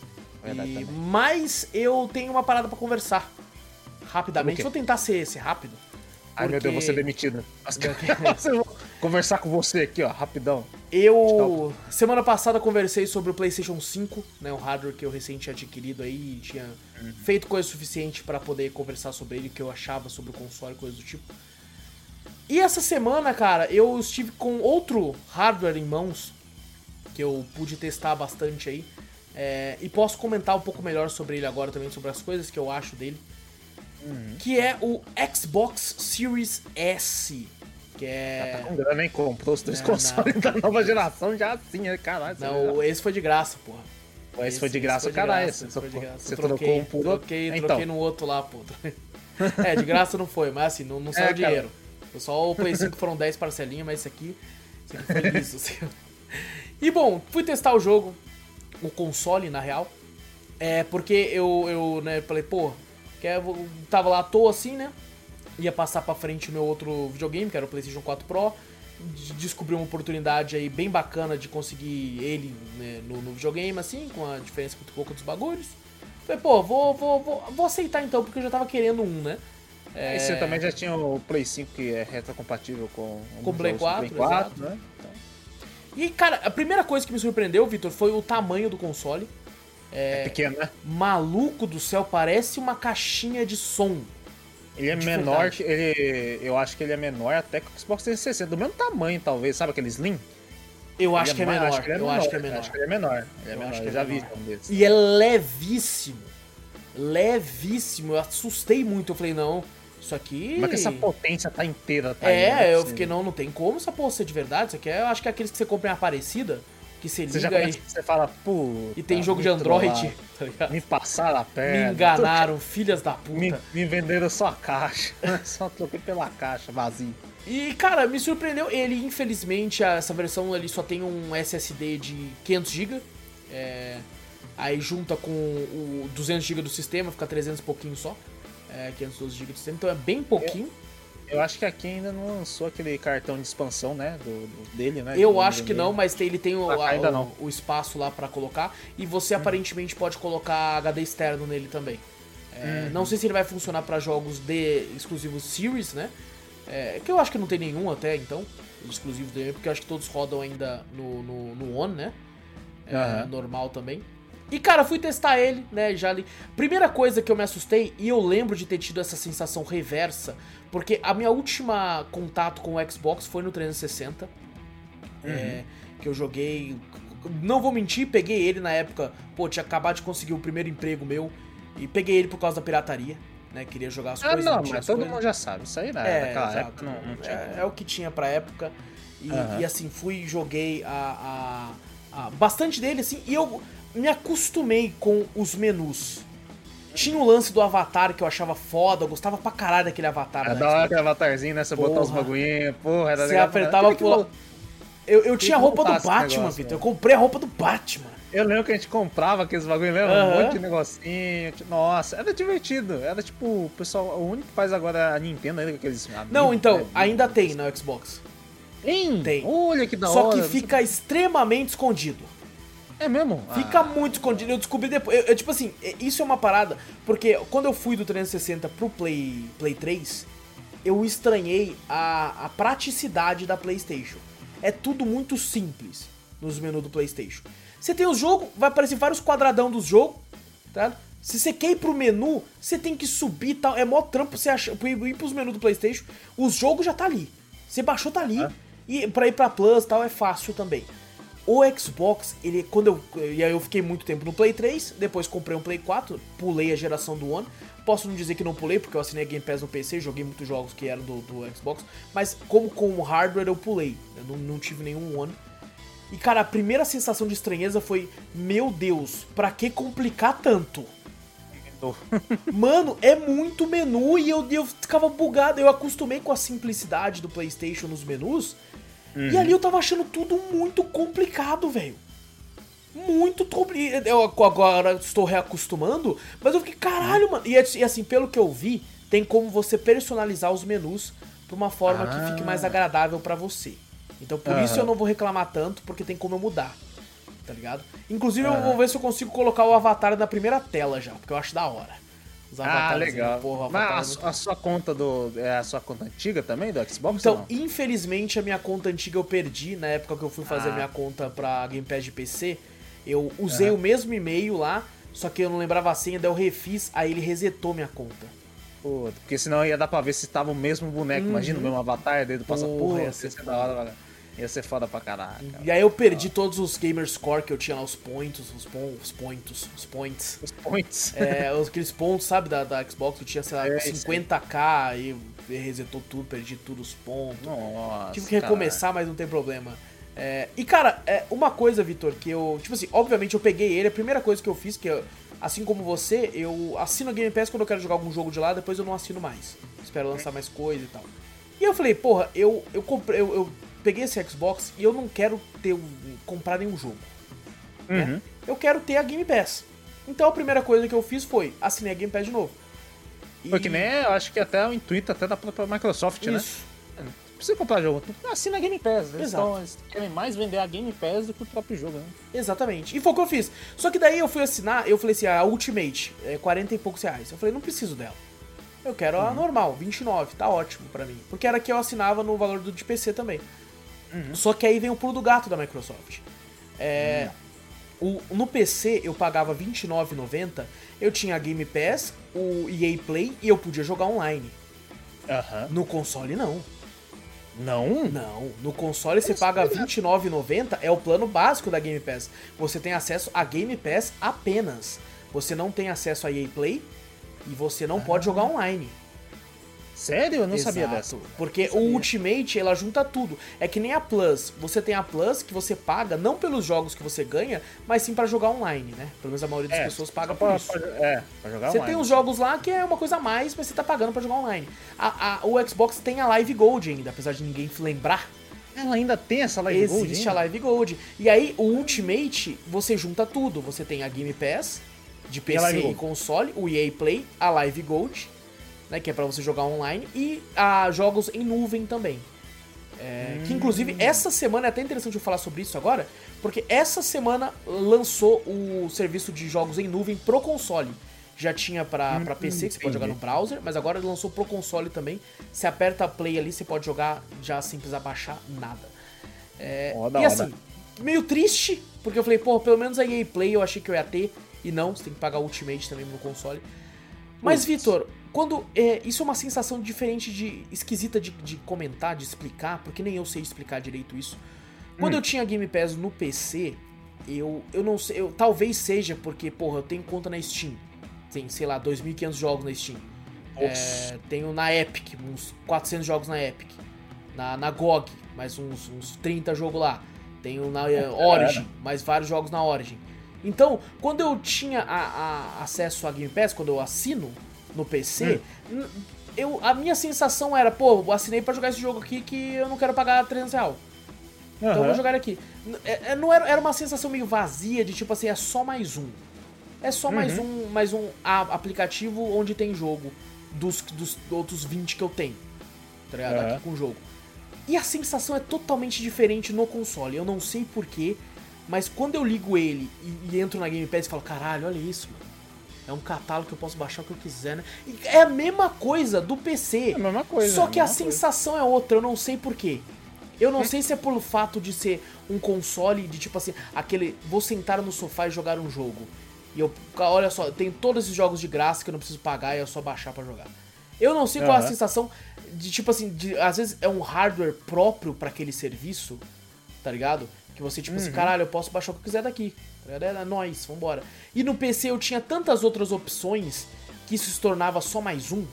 Mas eu tenho uma parada pra conversar rapidamente. Vou tentar ser rápido. Ai, meu Deus, vou ser demitido. Conversar com você aqui, ó, rapidão. Semana passada, conversei sobre o PlayStation 5, né, um hardware que eu recente tinha adquirido aí e tinha feito coisa suficiente pra poder conversar sobre ele, o que eu achava sobre o console, coisa do tipo. E essa semana, cara, eu estive com outro hardware em mãos, que eu pude testar bastante aí, e posso comentar um pouco melhor sobre ele agora também, sobre as coisas que eu acho dele. Que é o Xbox Series S. Que já tá com grana, hein? Comprou os 3 consoles da nova geração já assim, caralho. Não, esse foi de graça, porra. Esse foi de graça, caralho. Você trocou um por outro? Troquei no outro lá, pô. De graça não foi, mas assim, não saiu dinheiro. Só o Play 5 foram 10 parcelinhas, mas esse aqui foi liso. Assim. E bom, fui testar o jogo, o console, na real. Porque eu falei, pô, eu tava lá à toa assim, né? Ia passar pra frente o meu outro videogame, que era o PlayStation 4 Pro. Descobri uma oportunidade aí bem bacana de conseguir ele, né, no videogame, assim, com a diferença muito pouca dos bagulhos. Falei, pô, vou aceitar então, porque eu já tava querendo um, né? E você também já tinha o Play 5 que é retrocompatível com o Play 4, Play 4, né? Então... E, cara, a primeira coisa que me surpreendeu, Vitor, foi o tamanho do console. É pequeno, né? Maluco do céu, parece uma caixinha de som. Ele é menor, eu acho que ele é menor até que o Xbox 360, do mesmo tamanho, talvez, sabe aquele Slim? Eu acho que é menor. Eu acho que ele é menor. Eu já vi um desses. E é levíssimo. Levíssimo. Eu assustei muito. Eu falei, não, isso aqui... Mas que essa potência tá inteira, tá aí, né? Eu fiquei, não tem como essa porra ser de verdade. Isso aqui eu acho que é aqueles que você compra em Aparecida, que você liga aí... Você fala, pô... E tem jogo de Android, tá ligado? Me passaram a perna. Me enganaram, filhas da puta. Me venderam só a caixa. Só troquei pela caixa, vazio. E, cara, me surpreendeu. Ele, infelizmente, essa versão ele só tem um SSD de 500GB. Aí junta com o 200GB do sistema, fica 300 e pouquinho só. 512GB do sistema, então é bem pouquinho. Eu acho que aqui ainda não lançou aquele cartão de expansão, né, dele, né? Eu acho que não, mas ele tem o espaço lá pra colocar. E você aparentemente pode colocar HD externo nele também. Não sei se ele vai funcionar pra jogos exclusivos Series, né? Que eu acho que não tem nenhum até, então, os exclusivos dele, porque eu acho que todos rodam ainda no One, né? Normal também. E, cara, fui testar ele, né, já ali. Primeira coisa que eu me assustei, e eu lembro de ter tido essa sensação reversa, porque a minha última contato com o Xbox foi no 360, que eu joguei... Não vou mentir, peguei ele na época, tinha acabado de conseguir o primeiro emprego meu, e peguei ele por causa da pirataria. Né, queria jogar as coisas. Não, mas todo mundo já sabe. Isso aí naquela época não tinha. É o que tinha pra época. E assim, fui e joguei bastante dele, assim, e eu me acostumei com os menus. Tinha o lance do avatar que eu achava foda, eu gostava pra caralho daquele avatar. Era da hora aquele avatarzinho, né? Você botar os bagulhinhos, porra, era legal. Você apertava pro... Eu tinha a roupa do Batman, Vitor. Eu comprei a roupa do Batman. Eu lembro que a gente comprava aqueles bagulho, lembra? Um monte de negocinho. Nossa, era divertido. Era tipo, o pessoal, o único que faz agora é a Nintendo ainda com aqueles amigos, não, então, ainda tem no Xbox. Tem? Olha que da hora. Só que fica extremamente escondido. É mesmo? Fica muito escondido. Eu descobri depois. Tipo assim, isso é uma parada. Porque quando eu fui do 360 pro Play 3, eu estranhei a praticidade da PlayStation. É tudo muito simples nos menus do PlayStation. Você tem o jogo, vai aparecer vários quadradão dos jogos, tá? Se você quer ir pro menu, você tem que subir e tal. É mó trampo você ir pros menus do PlayStation. Os jogos já tá ali. Você baixou, tá ali. E pra ir pra Plus e tal é fácil também. O Xbox, ele, e aí eu fiquei muito tempo no Play 3, depois comprei um Play 4, pulei a geração do One. Posso não dizer que não pulei, porque eu assinei a Game Pass no PC, joguei muitos jogos que eram do Xbox, mas como com o hardware eu pulei, eu não tive nenhum One. E cara, a primeira sensação de estranheza foi, meu Deus, pra que complicar tanto? Mano, é muito menu e eu ficava bugado, eu acostumei com a simplicidade do PlayStation nos menus. E ali eu tava achando tudo muito complicado, velho. Muito complicado. Eu agora estou reacostumando, mas eu fiquei, caralho, mano. E assim, pelo que eu vi, tem como você personalizar os menus de uma forma que fique mais agradável pra você. Então por isso eu não vou reclamar tanto, porque tem como eu mudar. Tá ligado? Inclusive eu vou ver se eu consigo colocar o avatar na primeira tela já, porque eu acho da hora. Legal. Porra, mas a sua conta é a sua conta antiga também do Xbox? Então, infelizmente a minha conta antiga eu perdi na época que eu fui fazer minha conta pra Game Pass de PC. Eu usei o mesmo e-mail lá, só que eu não lembrava a senha, daí eu refiz, aí ele resetou minha conta. Pô, porque senão ia dar pra ver se tava o mesmo boneco, imagina o mesmo avatar dele do passaporte. Porra, ia ser da hora, galera. Ia ser foda pra caraca. E aí eu perdi todos os gamerscore que eu tinha lá, os points. Aqueles pontos, sabe, da Xbox, que eu tinha, sei lá, 50k, e resetou tudo, perdi tudo os pontos. Nossa, tive que recomeçar, mas não tem problema. E cara, uma coisa, Vitor, que eu, tipo assim, obviamente eu peguei ele, a primeira coisa que eu fiz, assim como você, eu assino a Game Pass quando eu quero jogar algum jogo de lá, depois eu não assino mais. Espero lançar mais coisa e tal. E eu falei, porra, eu peguei esse Xbox e eu não quero comprar nenhum jogo. Né? Eu quero ter a Game Pass. Então a primeira coisa que eu fiz foi assinei a Game Pass de novo. Foi que nem, eu acho que até o intuito até da própria Microsoft, né? Isso. Não precisa comprar jogo, tu assina a Game Pass. Eles querem mais vender a Game Pass do que o próprio jogo, né? Exatamente. E foi o que eu fiz. Só que daí eu fui assinar, eu falei assim, a Ultimate, 40 e poucos reais. Eu falei, não preciso dela. Eu quero a normal, 29, tá ótimo pra mim. Porque era que eu assinava no valor do de PC também. Só que aí vem o pulo do gato da Microsoft. No PC eu pagava R$29,90, eu tinha a Game Pass, o EA Play e eu podia jogar online. No console não. Não? Não, no console você paga R$29,90, é o plano básico da Game Pass. Você tem acesso a Game Pass apenas. Você não tem acesso a EA Play e você não pode jogar online. Sério? Eu não sabia dessa. Porque o Ultimate, ela junta tudo. É que nem a Plus. Você tem a Plus que você paga não pelos jogos que você ganha, mas sim pra jogar online, né? Pelo menos a maioria das pessoas paga por isso. Pra jogar você online. tem os jogos lá que é uma coisa a mais, mas você tá pagando pra jogar online. O Xbox tem a Live Gold ainda, apesar de ninguém lembrar. Ela ainda tem essa Live Gold? Existe a Live Gold. E aí, o Ultimate, você junta tudo. Você tem a Game Pass de PC e console, o EA Play, a Live Gold, né, que é pra você jogar online, e jogos em nuvem também. Que inclusive essa semana é até interessante eu falar sobre isso agora, porque essa semana lançou o serviço de jogos em nuvem pro console. Já tinha pra PC, que você pode jogar no browser, mas agora lançou pro console também. Você aperta play ali, você pode jogar já sem precisar baixar nada. E assim, meio triste, porque eu falei, pô, pelo menos a EA Play eu achei que eu ia ter, e não, você tem que pagar o Ultimate também no console. Mas, Vitor, quando isso é uma sensação diferente, esquisita de comentar, de explicar, porque nem eu sei explicar direito isso. Quando eu tinha Game Pass no PC, eu não sei, talvez seja porque, porra, eu tenho conta na Steam. Tem, sei lá, 2.500 jogos na Steam. Tenho na Epic, uns 400 jogos na Epic. Na GOG, mais uns 30 jogos lá. Tenho na Origin, mais vários jogos na Origin. Então, quando eu tinha acesso a Game Pass, quando eu assino no PC, a minha sensação era, pô, eu assinei pra jogar esse jogo aqui que eu não quero pagar R$300. Então eu vou jogar aqui. Não era uma sensação meio vazia de tipo assim, é só mais um. É só mais um aplicativo onde tem jogo dos outros 20 que eu tenho, tá ligado? Aqui com o jogo. E a sensação é totalmente diferente no console. Eu não sei porquê, mas quando eu ligo ele e entro na Game Pass e falo, caralho, olha isso, mano. É um catálogo que eu posso baixar o que eu quiser, né? E é a mesma coisa do PC. É a mesma coisa. Só que a sensação é outra, eu não sei porquê. Eu não sei se é pelo fato de ser um console de tipo assim, vou sentar no sofá e jogar um jogo. E olha só, eu tenho todos esses jogos de graça que eu não preciso pagar e é só baixar pra jogar. Eu não sei qual é a sensação de tipo assim, às vezes é um hardware próprio pra aquele serviço, tá ligado? Que você tipo assim, caralho, eu posso baixar o que eu quiser daqui. É nóis, vambora. E no PC eu tinha tantas outras opções que isso se tornava só mais um.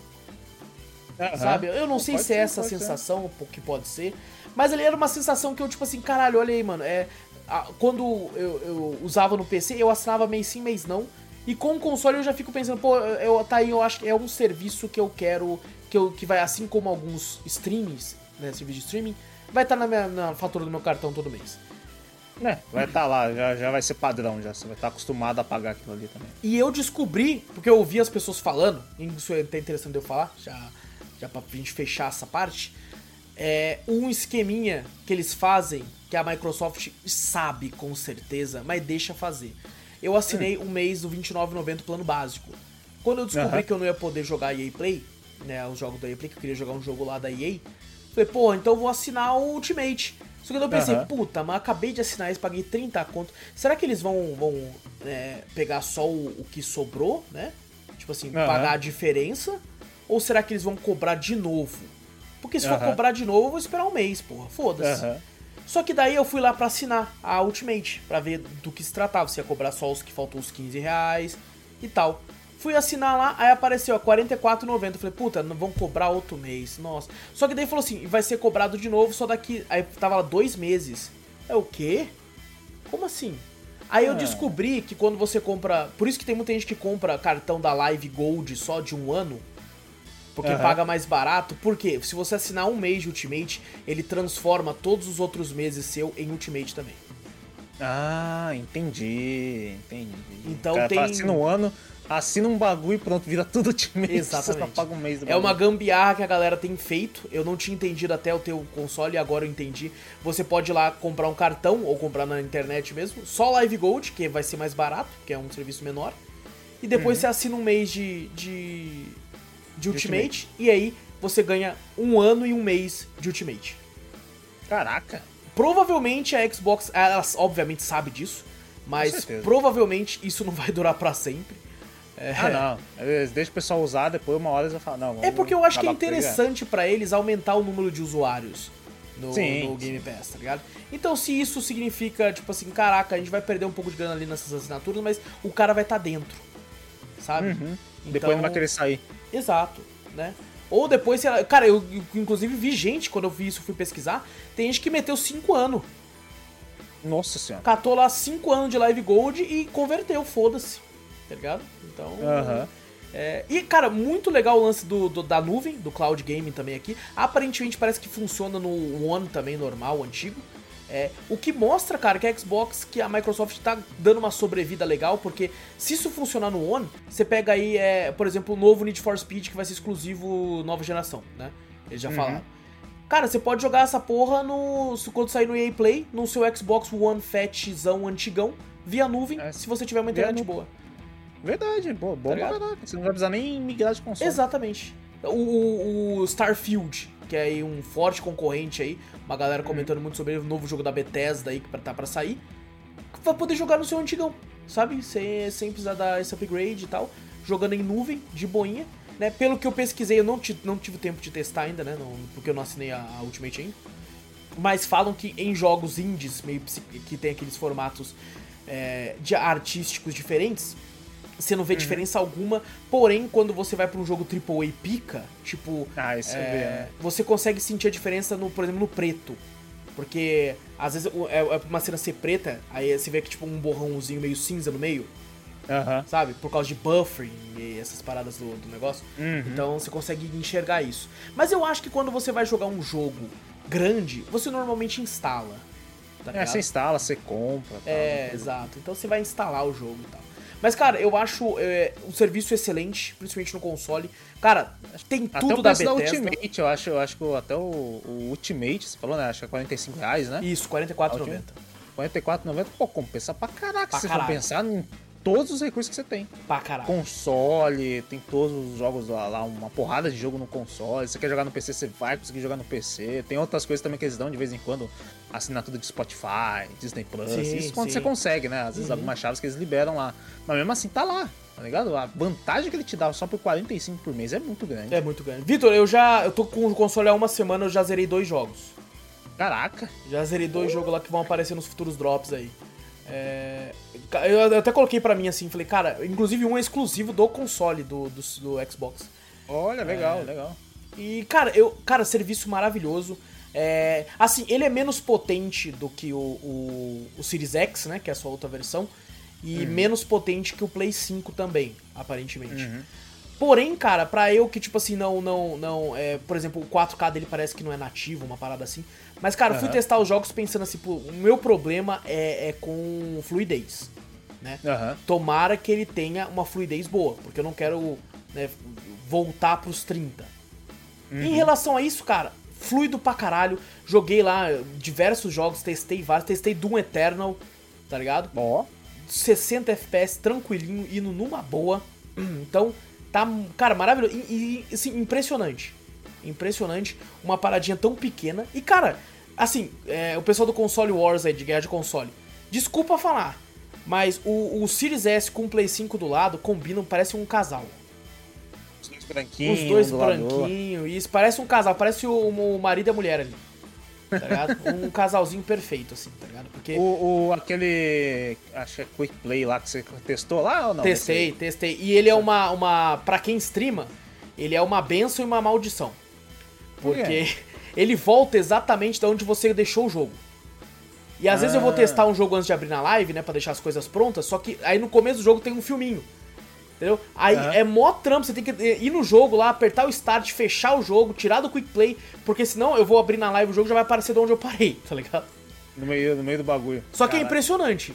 Sabe? Eu não sei se é essa sensação que pode ser. Mas ali era uma sensação que eu tipo assim, caralho, olha aí, mano. Quando eu usava no PC, eu assinava mês sim, mês não. E com o console eu já fico pensando, pô, tá aí, eu acho que é um serviço que eu quero, que vai, assim como alguns streams, né, serviço de streaming, vai estar na fatura do meu cartão todo mês. Vai estar lá, já vai ser padrão, já. Você vai estar acostumado a pagar aquilo ali também. E eu descobri, porque eu ouvi as pessoas falando, e isso é até interessante de eu falar, já pra gente fechar essa parte, um esqueminha que eles fazem, que a Microsoft sabe com certeza, mas deixa fazer. Eu assinei um mês do R$29,90 plano básico. Quando eu descobri que eu não ia poder jogar EA Play, né, os jogos da EA Play, que eu queria jogar um jogo lá da EA, falei, pô, então eu vou assinar o Ultimate. Só que eu pensei, puta, mas acabei de assinar isso, paguei 30 conto. Será que eles vão pegar só o que sobrou, né? Tipo assim, pagar a diferença? Ou será que eles vão cobrar de novo? Porque se for cobrar de novo, eu vou esperar um mês, porra. Foda-se. Só que daí eu fui lá pra assinar a Ultimate, pra ver do que se tratava. Se ia cobrar só os que faltam os R$15 e tal. Fui assinar lá, aí apareceu R$44,90. Eu falei, puta, não vão cobrar outro mês, nossa. Só que daí falou assim, vai ser cobrado de novo só daqui... Aí tava lá 2 meses. É o quê? Como assim? Aí eu descobri que quando você compra... Por isso que tem muita gente que compra cartão da Live Gold só de 1 ano. Porque paga mais barato. Por quê? Se você assinar um mês de Ultimate, ele transforma todos os outros meses seu em Ultimate também. Ah, entendi. Então cara, tem... Assina um ano, assina um bagulho e pronto, vira tudo Ultimate. Exatamente. Você só paga um mês do bagulho. É uma gambiarra que a galera tem feito. Eu não tinha entendido até eu ter o console e agora eu entendi. Você pode ir lá comprar um cartão ou comprar na internet mesmo. Só Live Gold, que vai ser mais barato, que é um serviço menor. E depois você assina um mês de de Ultimate, e aí você ganha 1 ano e 1 mês de Ultimate. Caraca. Provavelmente a Xbox, ela obviamente sabe disso, mas provavelmente isso não vai durar pra sempre. Não. Eles deixam o pessoal usar, depois uma hora eles vão falar, não, vamos porque eu acho que é interessante pra eles aumentar o número de usuários no Game Pass, tá ligado? Então se isso significa, tipo assim, caraca, a gente vai perder um pouco de grana ali nessas assinaturas, mas o cara vai estar dentro, sabe? Então, depois não vai querer sair. Exato, né? Ou depois, sei lá, cara, eu inclusive vi gente, quando eu vi isso, fui pesquisar, tem gente que meteu 5 anos. Nossa senhora. Catou lá 5 anos de Live Gold e converteu, foda-se, tá ligado? Então... e, cara, muito legal o lance da nuvem, do Cloud Gaming também aqui. Aparentemente parece que funciona no One também, normal, antigo. O que mostra, cara, que a Xbox, que a Microsoft tá dando uma sobrevida legal, porque se isso funcionar no One, você pega aí, por exemplo, o novo Need for Speed, que vai ser exclusivo nova geração, né? Eles já falaram. Cara, você pode jogar essa porra quando sair no EA Play, no seu Xbox One Fatzão antigão, via nuvem, se você tiver uma internet boa. Verdade, bom pra caraca. Você não vai precisar nem migrar de console. Exatamente. O Starfield, que é aí um forte concorrente aí, uma galera comentando muito sobre ele, o novo jogo da Bethesda aí que tá pra sair, vai poder jogar no seu antigão, sabe? Sem precisar dar esse upgrade e tal, jogando em nuvem, de boinha, né? Pelo que eu pesquisei, eu não tive tempo de testar ainda, né? Porque eu não assinei a Ultimate ainda. Mas falam que em jogos indies, meio que tem aqueles formatos de artísticos diferentes, você não vê diferença alguma, porém, quando você vai pra um jogo AAA pica, tipo, você consegue sentir a diferença, por exemplo, no preto. Porque, às vezes, uma cena ser preta, aí você vê que, tipo, um borrãozinho meio cinza no meio, sabe? Por causa de buffering e essas paradas do negócio. Então, você consegue enxergar isso. Mas eu acho que quando você vai jogar um jogo grande, você normalmente instala. Tá ligado? Você instala, você compra. Exato. Então, você vai instalar o jogo e tal. Mas, cara, eu acho um serviço excelente, principalmente no console. Cara, tem tudo da Bethesda. Até o Ultimate, eu acho que até o Ultimate, você falou, né? Acho que é R$45, né? Isso, R$44,90. R$44,90, pô, compensa pra caraca. Se você for pensar em todos os recursos que você tem. Pra caralho. Console, tem todos os jogos lá, uma porrada de jogo no console. Se você quer jogar no PC, você vai conseguir jogar no PC. Tem outras coisas também que eles dão de vez em quando. Assinatura de Spotify, Disney Plus. Isso quando você consegue, né? Às vezes algumas chaves que eles liberam lá. Mas mesmo assim tá lá, tá ligado? A vantagem que ele te dá só por R$45 por mês é muito grande. É muito grande. Vitor, eu tô com o console há uma semana, eu já zerei 2 jogos. Caraca! Já zerei 2 jogos lá que vão aparecer nos futuros drops aí. Eu até coloquei pra mim assim, falei, cara, inclusive um é exclusivo do console do Xbox. Olha, legal. E, cara, serviço maravilhoso. Assim, ele é menos potente do que o Series X, né, que é a sua outra versão, e menos potente que o Play 5 também, aparentemente. Porém, cara, pra eu que, tipo assim, por exemplo, o 4K dele parece que não é nativo, uma parada assim. Mas, cara, eu fui testar os jogos pensando assim, pô, o meu problema é com fluidez, né? Tomara que ele tenha uma fluidez boa, porque eu não quero, né, voltar pros 30. Em relação a isso, cara, fluido pra caralho. Joguei lá diversos jogos, testei vários, testei Doom Eternal, tá ligado? 60 FPS, tranquilinho, indo numa boa. Então, tá, cara, maravilhoso. E assim, impressionante. Impressionante, uma paradinha tão pequena. E, cara, assim, o pessoal do Console Wars aí, de guerra de console, desculpa falar, mas o Series S com o Play 5 do lado combinam, parece um casal. Branquinho, os dois branquinhos, isso, parece um casal, parece o marido e a mulher ali, tá ligado? Um casalzinho perfeito, assim, tá ligado? Porque... aquele, acho que é Quick Play lá, que você testou lá ou não? Testei, e ele é pra quem streama, ele é uma benção e uma maldição. Porque ele volta exatamente de onde você deixou o jogo. E às vezes eu vou testar um jogo antes de abrir na live, né, pra deixar as coisas prontas, só que aí no começo do jogo tem um filminho. Entendeu? Aí é mó trampo, você tem que ir no jogo lá, apertar o start, fechar o jogo, tirar do quick play, porque senão eu vou abrir na live o jogo já vai aparecer de onde eu parei, tá ligado? No meio do bagulho. Só que é impressionante,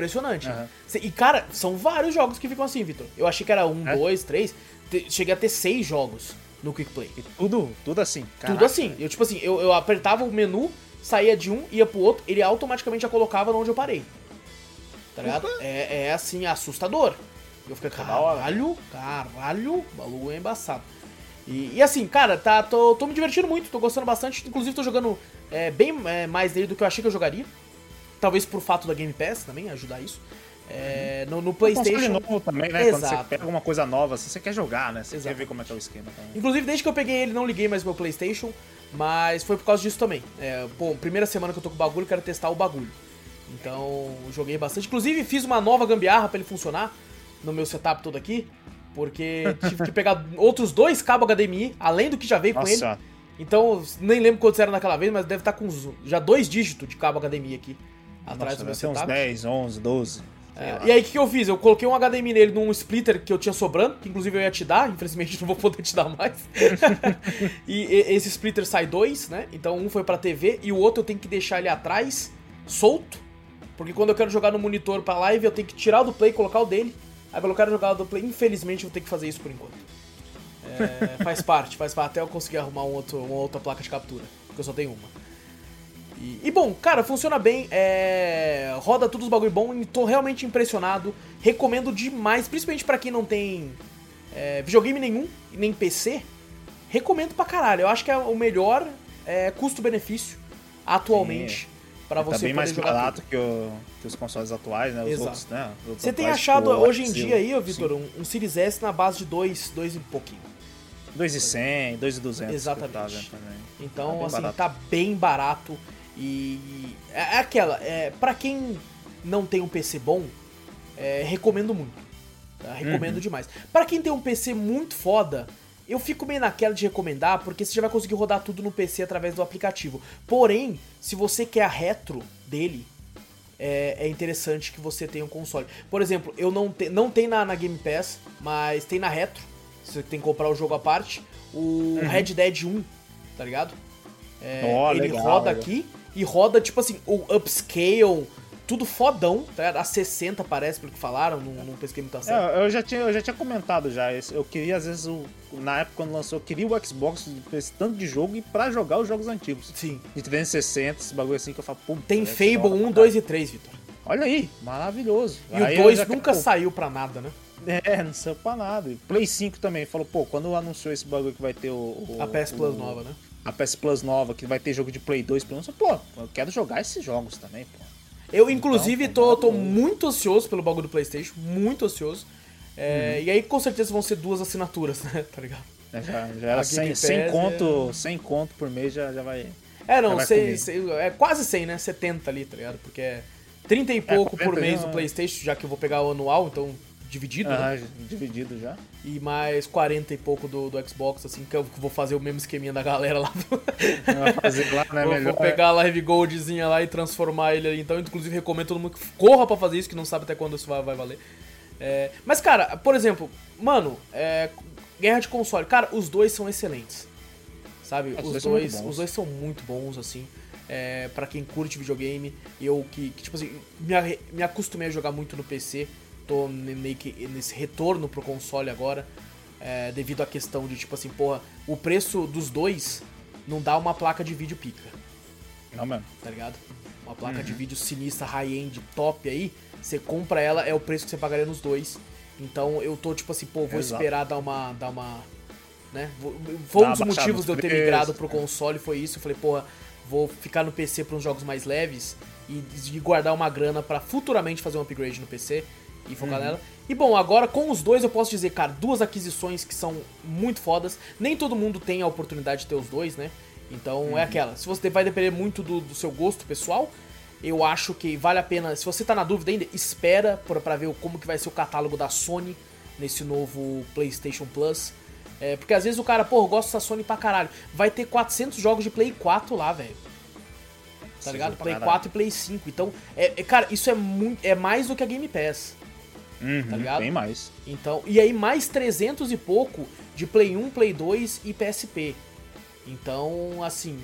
E cara, são vários jogos que ficam assim, Vitor. Eu achei que era 1, 2, 3, cheguei a ter 6 jogos no quick play. E tudo assim. Caraca. Tudo assim, eu tipo assim, eu apertava o menu, saía de um, ia pro outro, ele automaticamente já colocava onde eu parei. Tá ligado? É assim, assustador. Eu fiquei, caralho, o maluco é embaçado. E assim, cara, tô me divertindo muito, tô gostando bastante. Inclusive tô jogando bem mais dele do que eu achei que eu jogaria. Talvez por fato da Game Pass também, ajudar isso. No PlayStation. Novo também, né? Exato. Quando você pega alguma coisa nova, assim, você quer jogar, né? Você Exato. quer ver como é que é o esquema também. Inclusive, desde que eu peguei ele, não liguei mais meu PlayStation. Mas foi por causa disso também. Primeira semana que eu tô com o bagulho, quero testar o bagulho. Então, joguei bastante. Inclusive, fiz uma nova gambiarra pra ele funcionar no meu setup todo aqui. Porque tive que pegar outros 2 cabos HDMI, além do que já veio com ele. Então, nem lembro quantos eram naquela vez, mas deve estar com já 2 dígitos de cabo HDMI aqui atrás do meu setup. Uns 10, 11, 12. E aí, o que eu fiz? Eu coloquei um HDMI nele num splitter que eu tinha sobrando, que inclusive eu ia te dar, infelizmente não vou poder te dar mais. E esse splitter sai 2, né? Então um foi pra TV e o outro eu tenho que deixar ele atrás, solto, porque quando eu quero jogar no monitor pra live eu tenho que tirar o do play e colocar o dele. Aí quando eu quero jogar o do play, infelizmente eu vou ter que fazer isso por enquanto. Faz parte, até eu conseguir arrumar uma outra placa de captura, porque eu só tenho uma. E bom, cara, funciona bem, roda tudo os bagulho bom e tô realmente impressionado. Recomendo demais, principalmente pra quem não tem videogame nenhum, nem PC. Recomendo pra caralho, eu acho que é o melhor custo-benefício atualmente pra você tá bem poder mais jogar barato que os consoles atuais, né? Os Exato. outros, né? Os outros você tem atuais, achado tipo, hoje em dia aí, Vitor, um Series S na base de 2 e pouquinho. 2.100, 2.200. Exatamente. Então, tá assim, barato. tá bem barato. E é aquela, pra quem não tem um PC bom, recomendo muito. Tá? Recomendo demais. Pra quem tem um PC muito foda, eu fico meio naquela de recomendar, porque você já vai conseguir rodar tudo no PC através do aplicativo. Porém, se você quer a retro dele, é interessante que você tenha um console. Por exemplo, eu não tem na Game Pass, mas tem na retro. Você tem que comprar o jogo à parte. O Red Dead 1, tá ligado? Ele legal, roda legal. aqui e roda, tipo assim, o upscale, tudo fodão, tá ligado? A 60 parece, pelo que falaram, não pesquei muito a sério. Eu já tinha comentado já. Eu queria, às vezes, na época quando lançou, eu queria o Xbox pra esse tanto de jogo e pra jogar os jogos antigos. Sim. De 360, esse bagulho assim que eu falo, pum. Tem Fable 1, 2 e 3, Vitor. Olha aí, maravilhoso. E aí o 2 nunca saiu pra nada, né? não saiu pra nada. E Play 5 também, falou, pô, quando anunciou esse bagulho que vai ter A PS Plus nova, né? A PS Plus nova, que vai ter jogo de Play 2, pelo menos, pô, eu quero jogar esses jogos também, pô. Eu, inclusive, Então, tô muito ansioso pelo bagulho do PlayStation, muito ansioso. E aí, com certeza, vão ser 2 assinaturas, né? Tá ligado? Já era 100 conto por mês, já vai... Não, é quase 100, né? 70 ali, tá ligado? Porque é 30 e pouco por mês do PlayStation, já que eu vou pegar o anual, então dividido, né? Dividido já. E mais 40 e pouco do Xbox, assim, que eu vou fazer o mesmo esqueminha da galera lá. Vai fazer lá, né? Vou pegar a Live Goldzinha lá e transformar ele ali. Então, inclusive, recomendo todo mundo que corra pra fazer isso, que não sabe até quando isso vai valer. Mas, cara, por exemplo, mano, guerra de console. Cara, os dois são excelentes. Sabe? Os dois são muito bons, assim. Pra quem curte videogame. Eu que tipo assim, me acostumei a jogar muito no PC. Tô meio que nesse retorno pro console agora. Devido à questão de, tipo assim, porra, o preço dos dois não dá uma placa de vídeo pica. Não mesmo. Tá ligado? Uma placa de vídeo sinistra, high-end, top aí. Você compra ela, é o preço que você pagaria nos dois. Então eu tô tipo assim, pô, vou esperar dar uma né? Foi um dos motivos de eu ter migrado pro console, foi isso. Eu falei, porra, vou ficar no PC pra uns jogos mais leves e guardar uma grana pra futuramente fazer um upgrade no PC e focar nela. E bom, agora com os dois eu posso dizer, cara, 2 aquisições que são muito fodas. Nem todo mundo tem a oportunidade de ter os dois, né? Então é aquela, se você vai depender muito do seu gosto pessoal, eu acho que vale a pena, se você tá na dúvida ainda, espera pra ver como que vai ser o catálogo da Sony nesse novo PlayStation Plus. Porque às vezes o cara, pô, eu gosto dessa Sony pra caralho. Vai ter 400 jogos de Play 4 lá, velho. Tá ligado? Play 4 e Play 5. Então, cara, isso é mais do que a Game Pass. Tá ligado? Bem mais. Então, e aí mais 300 e pouco de Play 1, Play 2 e PSP. Então, assim,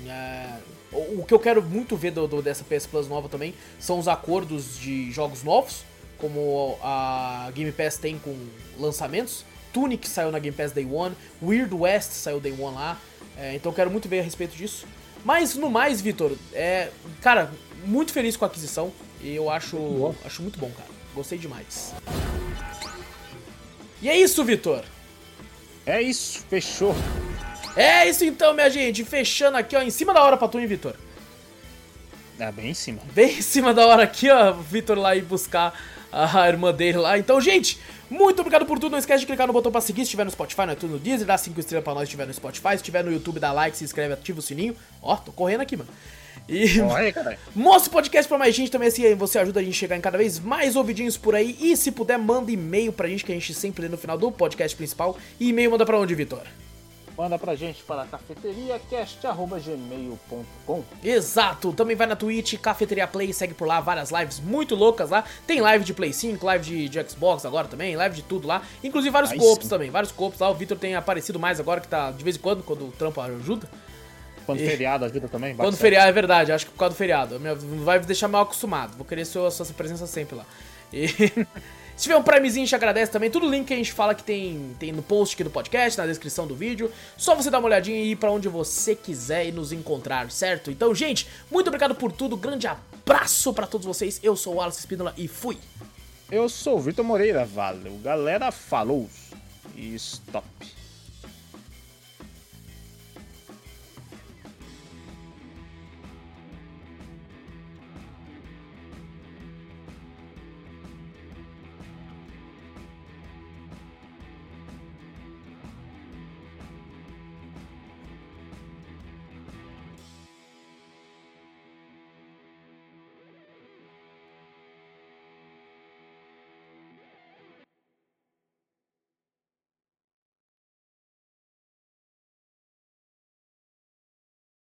o que eu quero muito ver dessa PS Plus nova também são os acordos de jogos novos, como a Game Pass tem com lançamentos. Tunic saiu na Game Pass Day One, Weird West saiu Day One lá, então eu quero muito ver a respeito disso. Mas no mais, Vitor, cara, muito feliz com a aquisição e eu acho muito bom, cara. Gostei demais. E é isso, Vitor. É isso, fechou. É isso então, minha gente. Fechando aqui, ó, em cima da hora pra tu, hein, Vitor? É, bem em cima. Bem em cima da hora aqui, ó, o Vitor lá ir buscar a irmã dele lá. Então, gente, muito obrigado por tudo. Não esquece de clicar no botão pra seguir se estiver no Spotify, no iTunes, no Deezer. Dá 5 estrelas pra nós se estiver no Spotify. Se estiver no YouTube, dá like, se inscreve, ativa o sininho. Ó, tô correndo aqui, mano. E mostra o podcast pra mais gente também, assim, você ajuda a gente a chegar em cada vez mais ouvidinhos por aí. E se puder, manda e-mail pra gente, que a gente sempre lê no final do podcast principal. E e-mail manda pra onde, Vitor? Manda pra gente para cafeteriacast@gmail.com. Exato, também vai na Twitch, Cafeteria Play, segue por lá, várias lives muito loucas lá. Tem live de Play 5, live de Xbox agora também, live de tudo lá. Inclusive vários copos também, vários copos lá. O Vitor tem aparecido mais agora, que tá de vez em quando o trampo ajuda. Quando feriado ajuda também? Quando feriado, é verdade, acho que por causa do feriado. Vai me deixar mal acostumado, vou querer sua presença sempre lá. E... se tiver um Primezinho, a gente agradece também. Tudo link que a gente fala que tem no post aqui do podcast, na descrição do vídeo. Só você dar uma olhadinha e ir pra onde você quiser e nos encontrar, certo? Então, gente, muito obrigado por tudo. Grande abraço pra todos vocês. Eu sou o Wallace Espíndola e fui. Eu sou o Vitor Moreira. Valeu, galera. Falou. E stop.